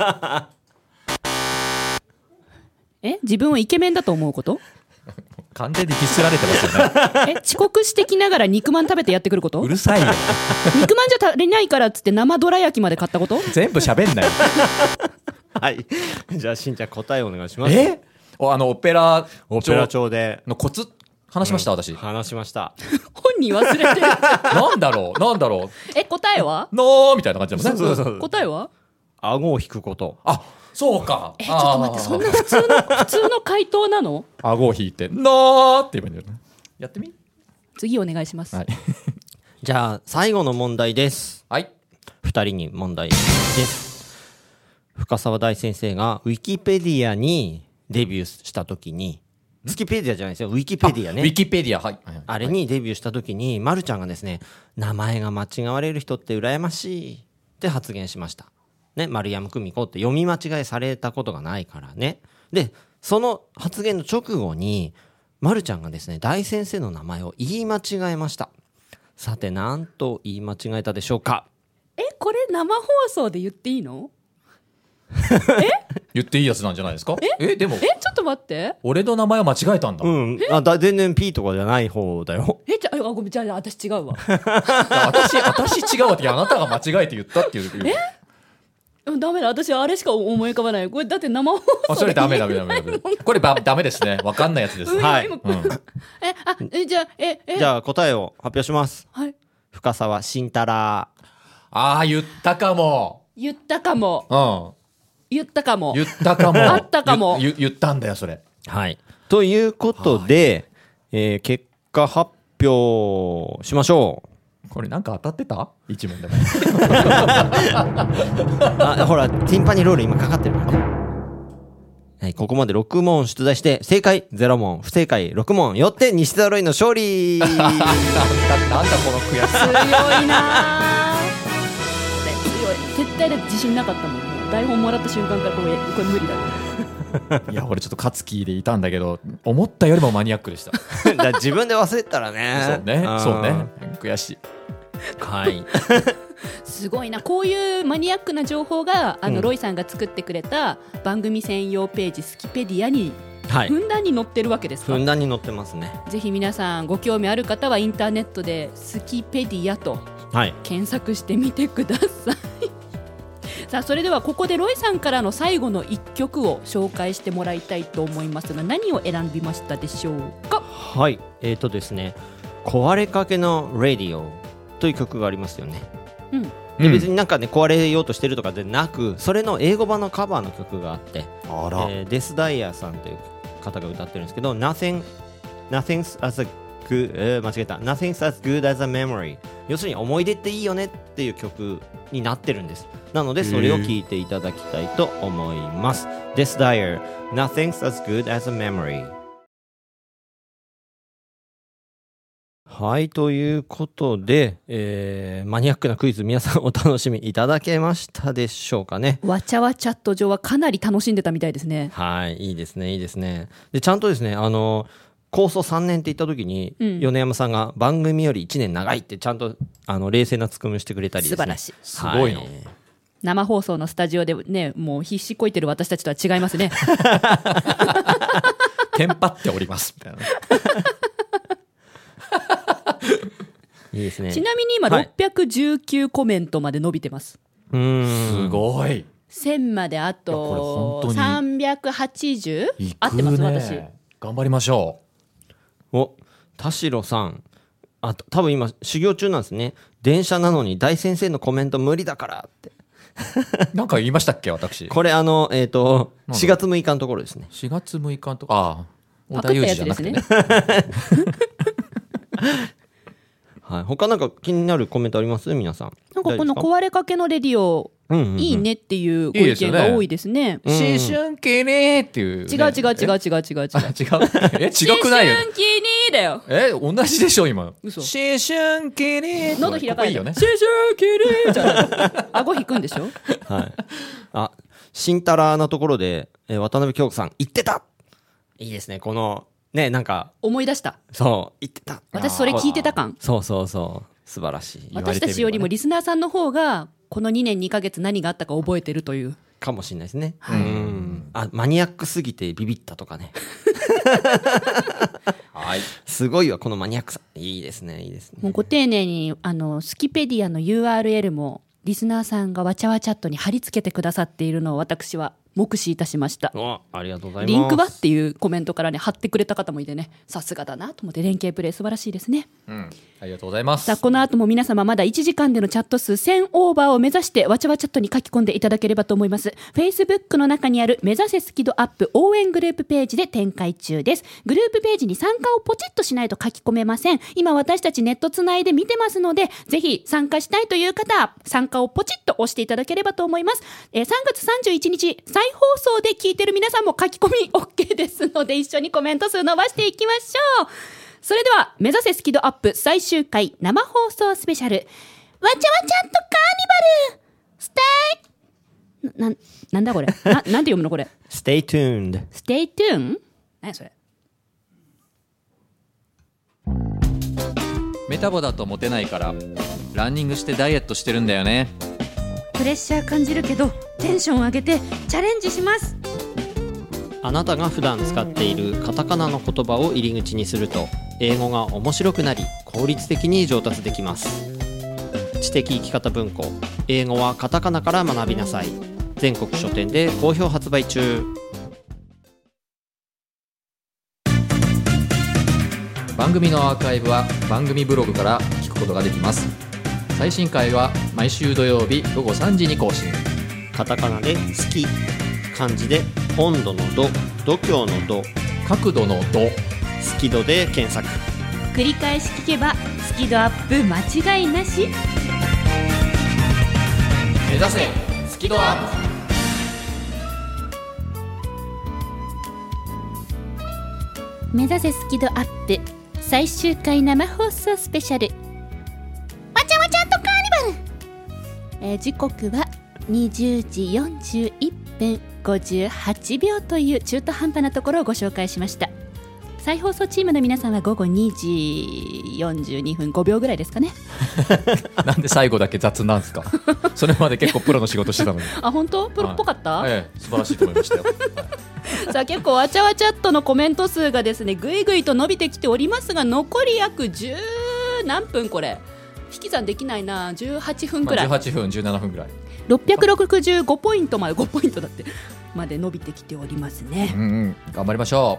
[SPEAKER 2] 自分をイケメンだと思うこと？
[SPEAKER 1] 完全にディスられてますよね。
[SPEAKER 2] 遅刻してきながら肉まん食べてやってくること？
[SPEAKER 1] うるさいよ。
[SPEAKER 2] 肉まんじゃ足りないからっつって生どら焼きまで買ったこと？
[SPEAKER 1] 全部喋んなよ。
[SPEAKER 3] はい。じゃあしんちゃん答えお願いします。
[SPEAKER 1] オペラ
[SPEAKER 3] 調で
[SPEAKER 1] のコツ話しました、私。
[SPEAKER 3] 話しました。
[SPEAKER 2] 本人忘れてる。
[SPEAKER 1] なんだろう。
[SPEAKER 2] 答えは？
[SPEAKER 1] のーみたいな感じだもんね。
[SPEAKER 3] そう
[SPEAKER 2] 答えは？
[SPEAKER 3] 顎を引くこと。
[SPEAKER 1] あ、そうか。
[SPEAKER 2] ちょっと待って、そんな普通の回答なの？
[SPEAKER 1] 顎を引いてのーって言えばいいんだよね。やってみ。
[SPEAKER 2] 次お願いします。
[SPEAKER 1] はい。
[SPEAKER 3] じゃあ最後の問題です。
[SPEAKER 1] はい。
[SPEAKER 3] 2人に問題です。深澤大先生がウィキペディアにデビューした時に、ウィキペディアじゃないですよ、ウィキペディアね。
[SPEAKER 1] ウィキペディア、はい。
[SPEAKER 3] あれにデビューした時に、まるちゃんがですね、名前が間違われる人って羨ましいって発言しました。ね、丸山久美子って読み間違いされたことがないからね。で、その発言の直後に、まるちゃんがですね、大先生の名前を言い間違えました。さて、何と言い間違えたでしょうか？
[SPEAKER 2] これ生放送で言っていいの？
[SPEAKER 1] 言っていいやつなんじゃないですか？でも
[SPEAKER 2] ちょっと待って。
[SPEAKER 1] 俺の名前を間違えたんだ。
[SPEAKER 3] 全然 P とかじゃない方だよ。
[SPEAKER 2] ごめん、じゃあ私違うわ。
[SPEAKER 1] 私違うわって、あなたが間違えて言ったっていう。
[SPEAKER 2] ダメだ、私あれしか思い浮かばない。これだって生放送で。
[SPEAKER 1] それダメ。これダメですね。わかんないやつです。
[SPEAKER 3] はい。
[SPEAKER 2] じゃあ
[SPEAKER 3] 答えを発表します。
[SPEAKER 2] はい。
[SPEAKER 3] 深澤慎太郎。
[SPEAKER 1] 言ったかも。
[SPEAKER 2] 言ったかも。
[SPEAKER 1] あ
[SPEAKER 2] ったかも。
[SPEAKER 1] 言ったんだよ、それ。
[SPEAKER 3] はい。ということで、結果発表しましょう。
[SPEAKER 1] これなんか当たってた？一問でも。
[SPEAKER 3] ほら、ティンパニーロール今かかってるからね。はい、ここまで6問出題して、正解0問、不正解6問、よって西澤ロイの勝利。
[SPEAKER 1] なんだこの悔しさ。
[SPEAKER 2] 強いなぁ。強い。絶対だって自信なかったもん。台本もらった瞬間からこれ無理だ。
[SPEAKER 1] いや、俺ちょっと勝つ気でいたんだけど、思ったよりもマニアックでした。
[SPEAKER 3] だ自分で忘れたらね。
[SPEAKER 1] そうね。悔しい。
[SPEAKER 3] はい。
[SPEAKER 2] すごいな、こういうマニアックな情報がロイさんが作ってくれた番組専用ページスキペディアにふんだんに載ってるわけですか？
[SPEAKER 3] ふんだんに載ってますね。
[SPEAKER 2] ぜひ皆さんご興味ある方はインターネットでスキペディアと検索してみてください。さあ、それではここでロイさんからの最後の1曲を紹介してもらいたいと思いますが、何を選びましたでしょうか？
[SPEAKER 3] はい、ですね、壊れかけのラディオという曲がありますよね。で別になんかね壊れようとしてるとかでなく、それの英語版のカバーの曲があって、デスダイヤさんという方が歌ってるんですけど、Nothing's as good as a memory、 要するに思い出っていいよねっていう曲になってるんです。なのでそれを聴いていただきたいと思います。デスダイヤ Nothing's as good as a memory。はい、ということで、マニアックなクイズ皆さんお楽しみいただけましたでしょうかね。
[SPEAKER 2] わちゃわチャット上はかなり楽しんでたみたいですね。
[SPEAKER 3] はい、いいですねいいですね。でちゃんとですね構想3年って言った時に、米山さんが番組より1年長いってちゃんと冷静なツッコミをしてくれたりですね。
[SPEAKER 2] 素晴らしい、
[SPEAKER 1] すごいの、
[SPEAKER 2] 生放送のスタジオでね、もう必死こいてる私たちとは違いますね。
[SPEAKER 1] テンパっておりますみたいな。
[SPEAKER 3] いいですね。
[SPEAKER 2] ちなみに今619コメントまで伸びてます。
[SPEAKER 1] すごい。
[SPEAKER 2] 1000まであと380？
[SPEAKER 1] いくね。
[SPEAKER 2] 合ってます私。
[SPEAKER 1] 頑張りましょ
[SPEAKER 3] う。田代さん、 多分今修行中なんですね。電車なのに大先生のコメント無理だからって
[SPEAKER 1] なんか言いましたっけ私。
[SPEAKER 3] これ4月6日のところですね。
[SPEAKER 1] 4月6日のとこ、ああ織田裕二じゃなくてね。
[SPEAKER 3] はい、他なんか気になるコメントあります皆さん。
[SPEAKER 2] なんかこの壊れかけのレディオ、いいねっていうご意見が多いですね。
[SPEAKER 1] 思春期にっていう、ね、
[SPEAKER 2] 違う。違う
[SPEAKER 1] 違くないよ。
[SPEAKER 2] 思春期にだよ。
[SPEAKER 1] 同じでしょ今。
[SPEAKER 2] 嘘。
[SPEAKER 1] 思春期に。
[SPEAKER 2] 喉開かない。
[SPEAKER 1] いいよね。
[SPEAKER 2] 思春期にじゃ顎引くんでしょ。
[SPEAKER 3] はい。新太郎のところで、渡辺京子さん言ってた。いいですねこのね、なんか
[SPEAKER 2] 思い出した。
[SPEAKER 3] そう言ってた。
[SPEAKER 2] 私それ聞いてた感。
[SPEAKER 3] そう素晴らしい。
[SPEAKER 2] 私たちよりもリスナーさんの方がこの2年2ヶ月何があったか覚えてるという
[SPEAKER 3] かもしれないですね。マニアックすぎてビビったとかね。はい、すごいわこのマニアックさ。いいですね。
[SPEAKER 2] もうご丁寧にスキペディアの URL もリスナーさんがわちゃわチャットに貼り付けてくださっているのを私は目視いたしました。
[SPEAKER 3] ありがとうございます。
[SPEAKER 2] リンクはっていうコメントからね貼ってくれた方もいてね、さすがだなと思って。連携プレイ素晴らしいですね。
[SPEAKER 1] ありがとうございます。
[SPEAKER 2] さあこの後も皆様まだ1時間でのチャット数1000オーバーを目指してわちゃわチャットに書き込んでいただければと思います。 Facebook の中にある目指せスキドアップ応援グループページで展開中です。グループページに参加をポチッとしないと書き込めません。今私たちネットつないで見てますので、ぜひ参加したいという方参加をポチッと押していただければと思います。3月31日再放送で聞いてる皆さんも書き込み OK ですので、一緒にコメント数伸ばしていきましょう。それでは目指せスキドアップ最終回生放送スペシャルわちゃわちゃっとカーニバルステイなんだこれなんて読むのこれ。
[SPEAKER 3] Stay tuned
[SPEAKER 2] Stay tuned 何それ。
[SPEAKER 1] メタボだとモテないからランニングしてダイエットしてるんだよね。
[SPEAKER 2] プレッシャー感じるけどテンション上げてチャレンジします。
[SPEAKER 3] あなたが普段使っているカタカナの言葉を入り口にすると英語が面白くなり効率的に上達できます。知的生き方文庫、英語はカタカナから学びなさい。全国書店で好評発売中。
[SPEAKER 1] 番組のアーカイブは番組ブログから聞くことができます。最新回は毎週土曜日午後3時に更新。
[SPEAKER 3] カタカナで好き、漢字で温度の度、度胸の度、
[SPEAKER 1] 角度の度、
[SPEAKER 3] スキドで検索。
[SPEAKER 2] 繰り返し聞けばスキドアップ間違いなし。
[SPEAKER 1] 目指せスキドアッ
[SPEAKER 2] プ。目指せスキドアップ最終回生放送スペシャルわちゃわちゃっとカーニバル。時刻は20時41分58秒という中途半端なところをご紹介しました。再放送チームの皆さんは午後2時42分5秒ぐらいですかね。
[SPEAKER 1] なんで最後だけ雑なんですか。それまで結構プロの仕事してたのに。
[SPEAKER 2] あ、本当？プロっぽかった？
[SPEAKER 1] 素晴らしいと思いましたよ。
[SPEAKER 2] さあ結構わちゃわチャットのコメント数がですねぐいぐいと伸びてきておりますが、残り約10何分、これ引き算できないな。18分くらい、
[SPEAKER 1] 18分17分くらい、
[SPEAKER 2] 665ポイントまで5ポイントだってまで伸びてきておりますね。
[SPEAKER 1] 頑張りましょ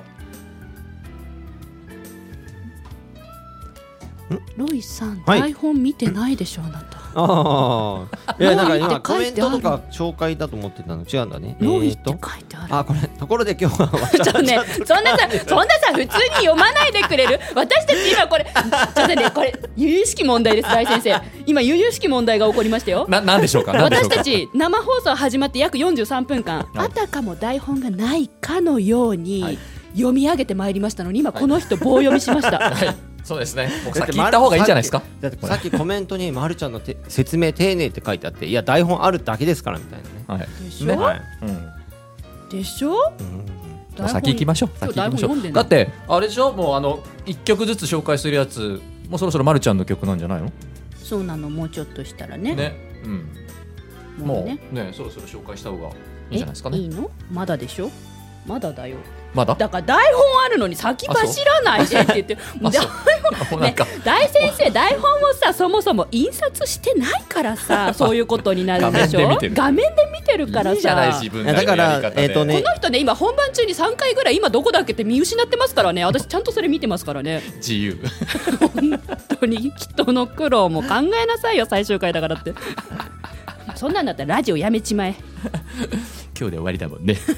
[SPEAKER 2] う。ロイさん、台本見てないでしょ、あなた。
[SPEAKER 3] いや、なんか今コメントとか紹介だと思ってたの違うんだね。
[SPEAKER 2] ロイって書いてある。
[SPEAKER 3] これところで今日は
[SPEAKER 2] ちょっとね、そんなさ普通に読まないでくれる。私たち今これちょっとね、これ由々しき問題です。大先生、今由々しき問題が起こりましたよ。
[SPEAKER 1] なんでしょうか。
[SPEAKER 2] 私たち生放送始まって約43分間、あたかも台本がないかのように読み上げてまいりましたのに、今この人棒読みしました。
[SPEAKER 1] そうですね。先言った方がいいんじゃないですか。
[SPEAKER 3] だってさっきコメントにまるちゃんの説明丁寧って書いてあって、いや台本あるだけですからみたいなね。
[SPEAKER 2] でしょ、でしょ。
[SPEAKER 1] 先行きましょう。だってあれでしょ、もう1曲ずつ紹介するやつ、もうそろそろまるちゃんの曲なんじゃないの。
[SPEAKER 2] そうなの、もうちょっとしたらね。もうね、
[SPEAKER 1] そろそろ紹介した方がいいんじゃないですかね。
[SPEAKER 2] いいの？まだでしょ。 まだだよ。
[SPEAKER 1] まだ
[SPEAKER 2] だから台本あるのに先走らないでって言って大先生台本をさそもそも印刷してないからさそういうことになるんでしょ。画面で見てるからさ。いいじゃない自分がやり方で。この人ね今本番中に3回ぐらい今どこだっけって見失ってますからね。私ちゃんとそれ見てますからね。
[SPEAKER 1] 自由
[SPEAKER 2] 本当に人の苦労も考えなさいよ最終回だからってそんなんだったらラジオやめちまえ
[SPEAKER 1] 今日で終わりだもんね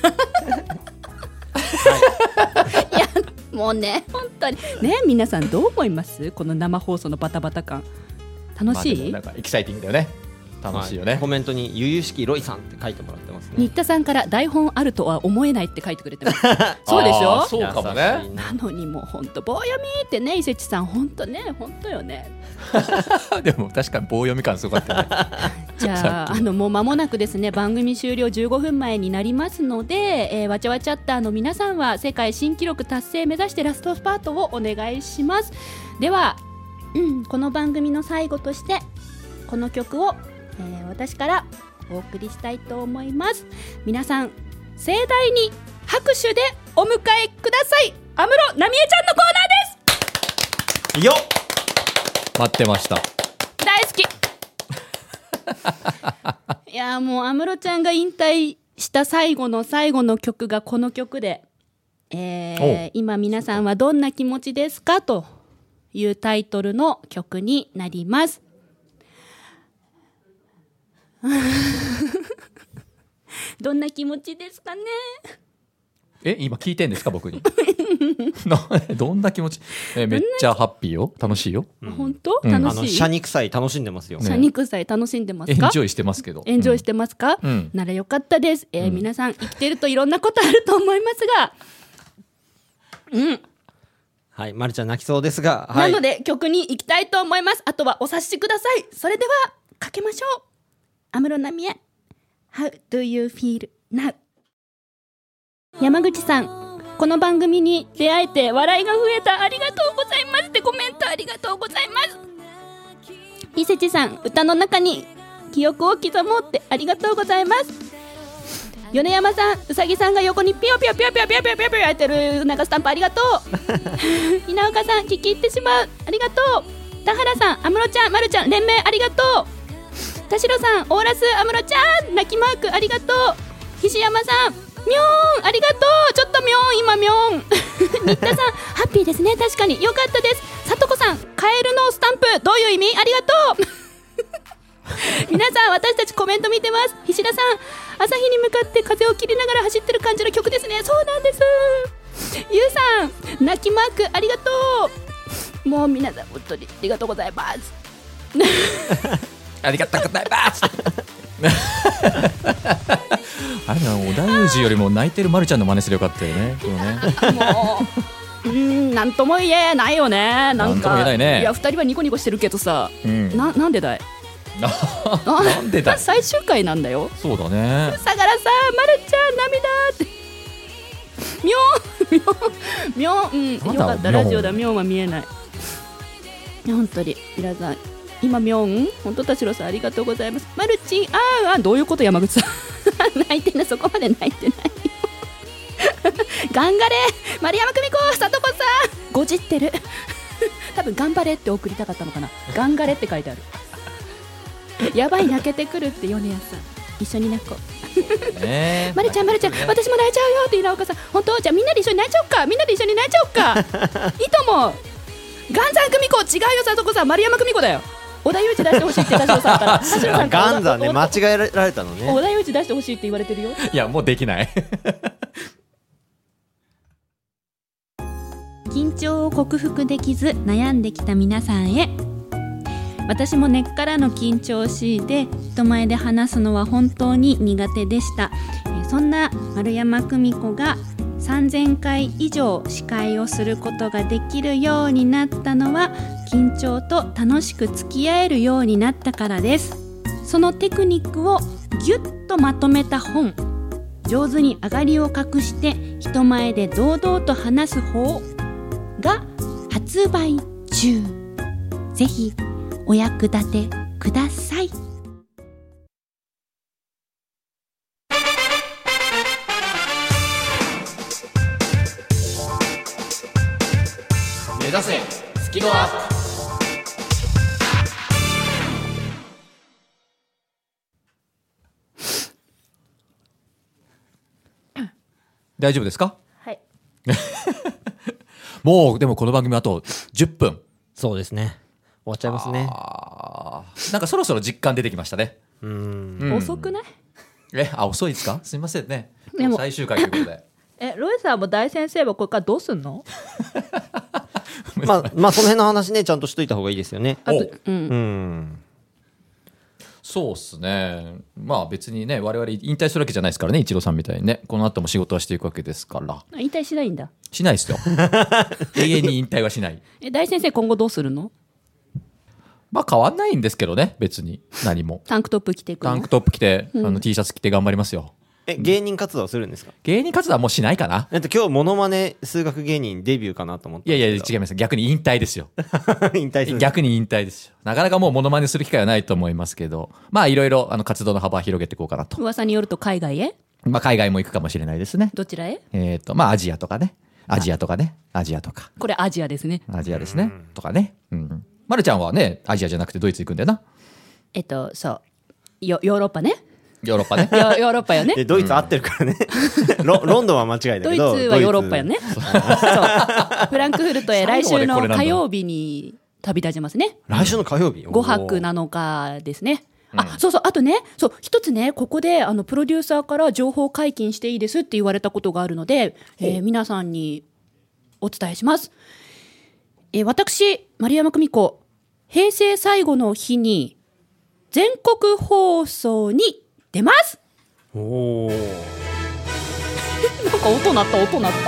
[SPEAKER 2] いやもうね本当にね皆さんどう思いますこの生放送のバタバタ感楽しい、
[SPEAKER 1] なんかエキサイティングだよね。楽しいよね、
[SPEAKER 3] コメントにゆゆしきロイさんって書いてもらってますね。
[SPEAKER 2] 新田さんから台本あるとは思えないって書いてくれてますそうでしょ。
[SPEAKER 1] そうかもね。
[SPEAKER 2] なのにもう本当棒読みってね伊勢地さん本当ね本当よね
[SPEAKER 1] でも確かに棒読み感すごかったね
[SPEAKER 2] じゃあもう間もなくですね番組終了15分前になりますので、わちゃわちゃッターの皆さんは世界新記録達成目指してラストスパートをお願いします。では、この番組の最後としてこの曲を、私からお送りしたいと思います。皆さん盛大に拍手でお迎えください。安室奈美恵ちゃんのコーナーです。
[SPEAKER 3] よっ
[SPEAKER 1] 待ってました。
[SPEAKER 2] 大好きいやもう安室ちゃんが引退した最後の最後の曲がこの曲で、今皆さんはどんな気持ちですかというタイトルの曲になりますどんな気持ちですかね。
[SPEAKER 1] 今聞いてんですか僕にどんな気持ち、めっちゃハッピーよ。楽しいよ。
[SPEAKER 2] 本当、楽しい。
[SPEAKER 3] シャニク祭楽しんでますよ。
[SPEAKER 2] シャニク祭楽しんでますか。
[SPEAKER 1] エンジョイしてますけど。
[SPEAKER 2] エンジョイしてますか、ならよかったです。皆さん生きてるといろんなことあると思いますが
[SPEAKER 3] はい、まるちゃん泣きそうですが、
[SPEAKER 2] なので曲に行きたいと思います。あとはお察しください。それではかけましょう。安室奈美恵 How do you feel now。 山口さんこの番組に出会えて笑いが増えたありがとうございますってコメントありがとうございます。伊勢地さん歌の中に記憶を刻もうってありがとうございます。米山さんうさぎさんが横にピヨピヨピヨピヨピヨピヨピヨピヨやってるなんかスタンプありがとう稲岡さん聞き入ってしまうありがとう。田原さん安室ちゃんまるちゃん連名ありがとう。田代さんオーラス安室ちゃん泣きマークありがとう。菱山さんみょーんありがとう。ちょっとみょーん今みょーん新田さんハッピーですね確かによかったです。さとこさんカエルのスタンプどういう意味ありがとう皆さん私たちコメント見てます。菱田さん朝日に向かって風を切りながら走ってる感じの曲ですね。そうなんです。ゆうさん泣きマークありがとう。もう皆さん本当にありがとうございます
[SPEAKER 1] ありがとうございますあれな織田裕二よりも泣いてるまるちゃんの真似すればよかったよね。
[SPEAKER 2] もうなんとも言えないよね。なんか
[SPEAKER 1] なんとも言えないね。
[SPEAKER 2] いや2人はニコニコしてるけどさ、なんでだい
[SPEAKER 1] なんでだい
[SPEAKER 2] 最終回なんだよ。
[SPEAKER 1] そうだね。
[SPEAKER 2] 相良さんまるちゃん涙ってみょんみょんよかったラジオだみょんは見えない。本当に皆さん今みょん本当田代さんありがとうございます。まるちんどういうこと山口さん泣いてないそこまで泣いてない頑張れ丸山久美子さとこさんごじってる多分頑張れって送りたかったのかな。頑張れって書いてあるやばい泣けてくるって米谷さん一緒に泣こうまるちゃんまるちゃん私も泣いちゃうよって稲岡さん本当じゃあみんなで一緒に泣いちゃおうか。みんなで一緒に泣いちゃおうかいいともガンザン久美子違うよさとこさん丸山久美子だよ。織田裕二出してほしいって田代さんから田代さんから
[SPEAKER 3] ガンザンね間違えられたのね。
[SPEAKER 2] 織田裕二出してほしいって言われてるよ。
[SPEAKER 1] いやもうできない
[SPEAKER 2] 緊張を克服できず悩んできた皆さんへ。私も根っからの緊張しいで人前で話すのは本当に苦手でした。そんな丸山久美子が3000回以上司会をすることができるようになったのは緊張と楽しく付き合えるようになったからです。そのテクニックをギュッとまとめた本、上手に上がりを隠して人前で堂々と話す方が発売中。ぜひお役立てください。
[SPEAKER 1] 目指せスキドアップ。大丈夫ですか？
[SPEAKER 2] はい。
[SPEAKER 1] もうでもこの番組あと10分。
[SPEAKER 3] そうですね、終わっちゃいますね。
[SPEAKER 1] なんかそろそろ実感出てきましたね。
[SPEAKER 2] 遅くない？
[SPEAKER 1] 遅いですか？すみませんね。
[SPEAKER 2] でも
[SPEAKER 1] 最終回ということで
[SPEAKER 2] ロイさんも大先生はこれからどうすんの？
[SPEAKER 3] まあその辺の話ねちゃんとしといた方がいいですよね。
[SPEAKER 2] あと
[SPEAKER 1] そうっすね。まあ別にね我々引退するわけじゃないですからね、一郎さんみたいにね。この後も仕事はしていくわけですから。
[SPEAKER 2] 引退しないんだ。
[SPEAKER 1] しないですよ永遠に引退はしない。
[SPEAKER 2] 大先生今後どうするの？
[SPEAKER 1] まあ変わんないんですけどね、別に何も。
[SPEAKER 2] タンクトップ着ていくの？
[SPEAKER 1] タンクトップ着て、T シャツ着て頑張りますよ。
[SPEAKER 3] 芸人活動するんですか？
[SPEAKER 1] 芸人活動はもうしないかな。
[SPEAKER 3] 今日モノマネ数学芸人デビューかなと思って
[SPEAKER 1] いや違います。逆に引退ですよ
[SPEAKER 3] 引退する。
[SPEAKER 1] 逆に引退ですよ。なかなかもうモノマネする機会はないと思いますけど、まあいろいろ活動の幅を広げていこうかなと。
[SPEAKER 2] 噂によると海外へ？
[SPEAKER 1] まあ海外も行くかもしれないですね。
[SPEAKER 2] どちらへ？
[SPEAKER 1] まあアジアとかね。アジアとか。
[SPEAKER 2] これアジアですね。
[SPEAKER 1] アジアですね。とかね。まるちゃんはね、アジアじゃなくてドイツ行くんだよな。
[SPEAKER 2] そうヨーロッパね。
[SPEAKER 1] ヨーロッパね。
[SPEAKER 2] ヨーロッパよね。
[SPEAKER 3] ドイツ合ってるからねロンドンは間違いだけど
[SPEAKER 2] ドイツはヨーロッパよね。そうフランクフルトへ来週の火曜日に旅立ちますね。
[SPEAKER 3] 来週の火曜日
[SPEAKER 2] 5泊7日ですね。そうあとね、一つね、ここでプロデューサーから情報解禁していいですって言われたことがあるので、皆さんにお伝えします。私丸山久美子、平成最後の日に全国放送に出ます。
[SPEAKER 3] おお。
[SPEAKER 2] なんか音鳴った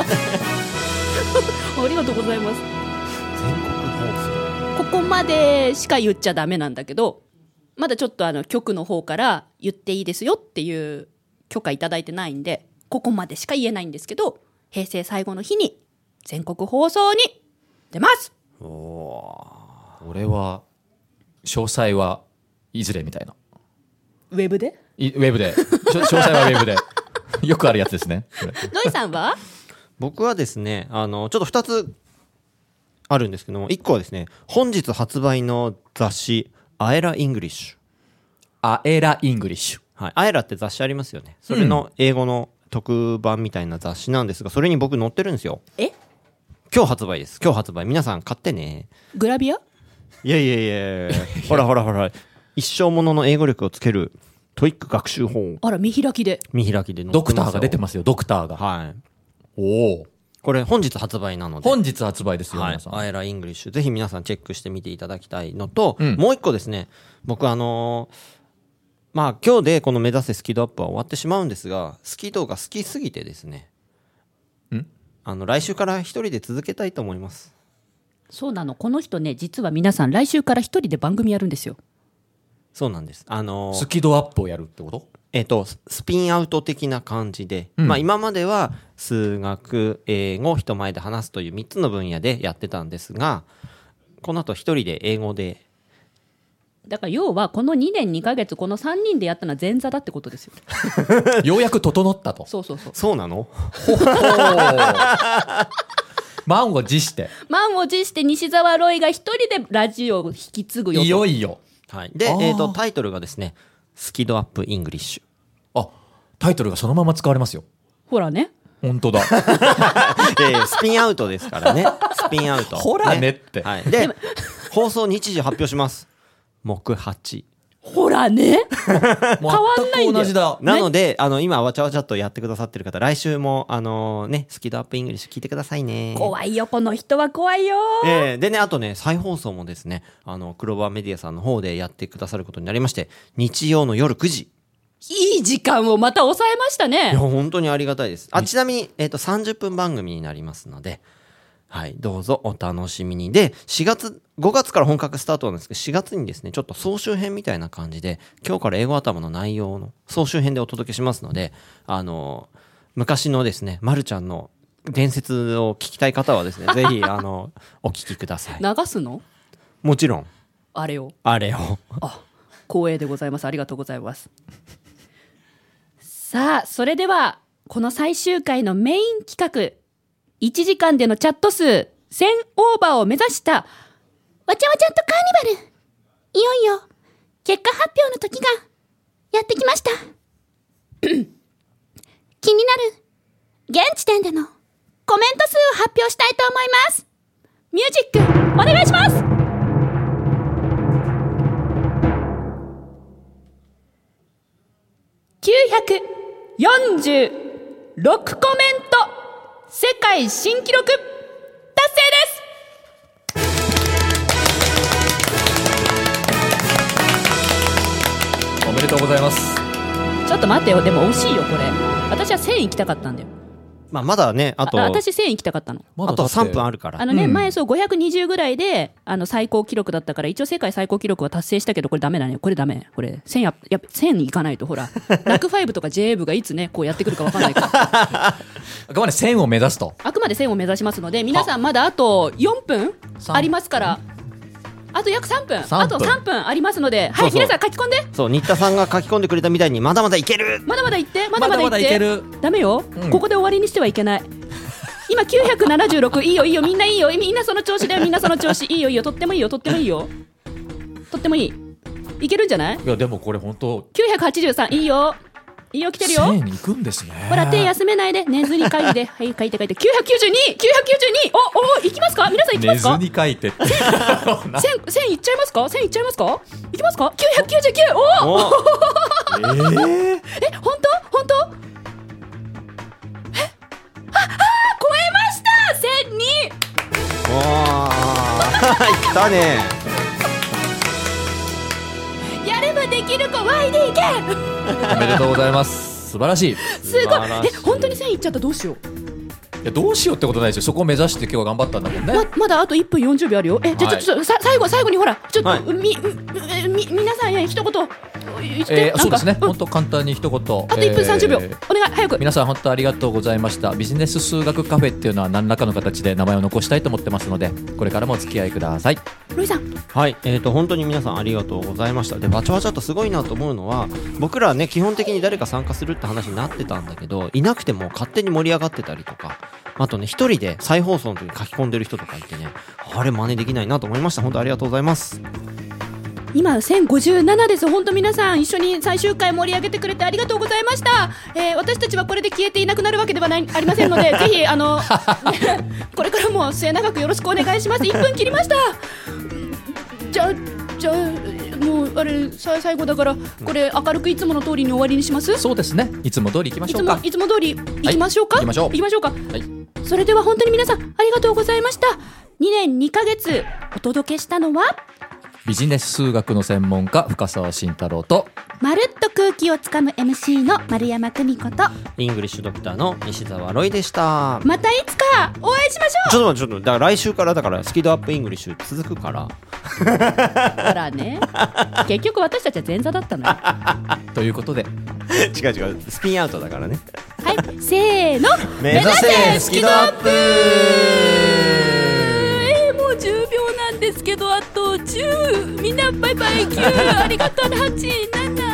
[SPEAKER 2] ありがとうございます。
[SPEAKER 3] 全国放
[SPEAKER 2] 送ここまでしか言っちゃダメなんだけど、まだちょっと局の方から言っていいですよっていう許可いただいてないんで、ここまでしか言えないんですけど、平成最後の日に全国放送に出ます。
[SPEAKER 1] 俺は詳細はいずれみたいな。
[SPEAKER 2] ウェブで
[SPEAKER 1] 詳細はウェブでよくあるやつですね。
[SPEAKER 2] ロイさんは？
[SPEAKER 3] 僕はですねちょっと2つあるんですけども、1個はですね、本日発売の雑誌アエライングリッシュ。
[SPEAKER 1] アエライングリッシュ、
[SPEAKER 3] はい、アエラって雑誌ありますよね。それの英語の特番みたいな雑誌なんですが、それに僕載ってるんですよ。今日発売です。皆さん買ってね。
[SPEAKER 2] グラビア？
[SPEAKER 3] いやほら一生ものの英語力をつけるトイック学習法。
[SPEAKER 2] あら、見開きで
[SPEAKER 1] ドクターが出てますよ。ドクターが。
[SPEAKER 3] はい。
[SPEAKER 1] おお。
[SPEAKER 3] これ本日発売なので。
[SPEAKER 1] 本日発売ですよ、
[SPEAKER 3] はい、
[SPEAKER 1] 皆さん。
[SPEAKER 3] アエライングリッシュ、ぜひ皆さんチェックしてみていただきたいのと、もう一個ですね、僕まあ今日でこの目指せスキドアップは終わってしまうんですが、スキドが好きすぎてですね、来週から一人で続けたいと思います。
[SPEAKER 2] そうなの。この人ね、実は皆さん来週から一人で番組やるんですよ。
[SPEAKER 3] そうなんです。
[SPEAKER 1] スキドアップをやるってこと？
[SPEAKER 3] スピンアウト的な感じで、まあ今までは数学、英語、人前で話すという3つの分野でやってたんですが、この後一人で英語で。
[SPEAKER 2] だから要はこの2年2ヶ月この3人でやったのは前座だってことですよ。
[SPEAKER 1] ようやく整ったと。
[SPEAKER 3] そうなの？
[SPEAKER 1] 満を持して
[SPEAKER 2] 西澤ロイが一人でラジオを引き継ぐよと。
[SPEAKER 1] いよいよ。
[SPEAKER 3] はい。で、タイトルがですね、スキドアップイングリッシュ。
[SPEAKER 1] タイトルがそのまま使われますよ。
[SPEAKER 2] ほらね。
[SPEAKER 1] 本当だ。
[SPEAKER 3] スピンアウトですからね。スピンアウト。
[SPEAKER 1] ほらねって。
[SPEAKER 3] はい。で、放送日時発表します。木8。
[SPEAKER 2] ほらね。変わんないんだよ。
[SPEAKER 1] 同じだ。
[SPEAKER 3] なので、今わちゃわちゃっとやってくださってる方、来週もスキドアップイングリッシュ聞いてくださいね。
[SPEAKER 2] 怖いよ、この人は怖いよ。
[SPEAKER 3] でね、あとね、再放送もですね、クローバーメディアさんの方でやってくださることになりまして、日曜の夜9時。
[SPEAKER 2] いい時間をまた抑えましたね。
[SPEAKER 3] いや、本当にありがたいです。ちなみに、30分番組になりますので、はい、どうぞお楽しみに。で、5月から本格スタートなんですけど、4月にですね、ちょっと総集編みたいな感じで、今日から英語頭の内容の総集編でお届けしますので、昔のですね、まるちゃんの伝説を聞きたい方はですね、ぜひ、お聞きください。
[SPEAKER 2] 流すの？
[SPEAKER 3] もちろん。
[SPEAKER 2] あれを。光栄でございます。ありがとうございます。さあ、それでは、この最終回のメイン企画、1時間でのチャット数 1000オーバーを目指したわちゃわちゃんとカーニバル、いよいよ結果発表の時がやってきました。気になる現時点でのコメント数を発表したいと思います。ミュージックお願いします。946コメント、世界新記録達成です。
[SPEAKER 1] おめでとうございます。
[SPEAKER 2] ちょっと待ってよ、でも惜しいよこれ。私は1000行きたかったんだよ。
[SPEAKER 3] まだね、
[SPEAKER 2] 私1000行きたかったの。
[SPEAKER 3] あと3分あるから。
[SPEAKER 2] 前そう520ぐらいで最高記録だったから、一応世界最高記録は達成したけど、これダメだね。これダメ。これ1000いかないと、ほらラク5とか JA 部がいつねこうやってくるか分かんないから
[SPEAKER 1] あくまで1000を目指すと。
[SPEAKER 2] あくまで1000を目指しますので、皆さんまだあと4分ありますから、あと約3分、あと3分ありますので、はい、皆さん書き込んで。
[SPEAKER 3] そう、新田さんが書き込んでくれたみたいに、まだまだいける、
[SPEAKER 2] まだまだいって、まだまだいって、ダメよ、
[SPEAKER 1] うん、
[SPEAKER 2] ここで終わりにしてはいけない。今976、いいよいいよ、みんないいよ、みんなその調子だよ、みんなその調子、いいよいいよ、とってもいいよ、とってもいいよ、とってもいい、いけるんじゃない？
[SPEAKER 1] いやでもこれ本当
[SPEAKER 2] 983、いいよいいよ、来てるよ。
[SPEAKER 1] 1000に行くんですね。
[SPEAKER 2] ほら手休めないで、寝ずに書いて、はい、書いて992、お、行きますか皆さん、行きますか？
[SPEAKER 1] 寝ずに書いてって1000
[SPEAKER 2] いっちゃいますか？ 1000 いっちゃいますか？行きますか？ 999、お本当？超えました！ 1002。
[SPEAKER 3] わーいったね。
[SPEAKER 2] やればできる子、YD いけ。
[SPEAKER 1] おめでとうございます。素晴らしい。
[SPEAKER 2] すごい。本当に1000いっちゃった、どうしよう。
[SPEAKER 1] いやどうしようってことないですよ。そこを目指して今日は頑張ったんだもんね。
[SPEAKER 2] まだあと1分40秒あるよ。じゃあちょっと最後にほらちょっと、
[SPEAKER 3] はい、
[SPEAKER 2] 皆さんへ一言言って、
[SPEAKER 1] そうですね、本当簡単に一言、あと
[SPEAKER 2] 1分30秒、お願い早く。
[SPEAKER 1] 皆さん本当ありがとうございました。ビジネス数学カフェっていうのは何らかの形で名前を残したいと思ってますので、これからもお付き合いください。
[SPEAKER 2] ロイさん、
[SPEAKER 3] はい、本当に皆さんありがとうございました。で、わちゃわちゃっとすごいなと思うのは、僕らはね基本的に誰か参加するって話になってたんだけど、いなくても勝手に盛り上がってたりとか、あとね一人で再放送の時に書き込んでる人とかいてね、あれ真似できないなと思いました。本当ありがとうございます。
[SPEAKER 2] 今1057です。本当皆さん一緒に最終回盛り上げてくれてありがとうございました。私たちはこれで消えていなくなるわけではありませんのでぜひこれからも末永くよろしくお願いします。1分切りました。じゃあもうあれ最後だから、これ明るくいつもの通りに終わりにします？
[SPEAKER 1] そうですね、いつも通り行きましょうか。
[SPEAKER 2] いつも通り行きましょうか、
[SPEAKER 1] 行きましょう
[SPEAKER 2] か、
[SPEAKER 1] はい、
[SPEAKER 2] それでは本当に皆さんありがとうございました。2年2ヶ月お届けしたのは
[SPEAKER 1] ビジネス数学の専門家深澤慎太郎と、
[SPEAKER 2] まるっと空気をつかむ MC の丸山久美子と、
[SPEAKER 3] イングリッシュドクターの西澤ロイでした。
[SPEAKER 2] またいつかお会いしましょう。
[SPEAKER 3] ちょっとだから来週からだからスキドアップイングリッシュ続くから
[SPEAKER 2] ほらね、結局私たちは前座だったのよ
[SPEAKER 1] ということで
[SPEAKER 3] 違うスピンアウトだからね。
[SPEAKER 2] はい、せーの、
[SPEAKER 3] 目指せスキドアップ。
[SPEAKER 2] もう10秒なんですけど、あと10、みんなバイバイ、9、ありがとう、8、7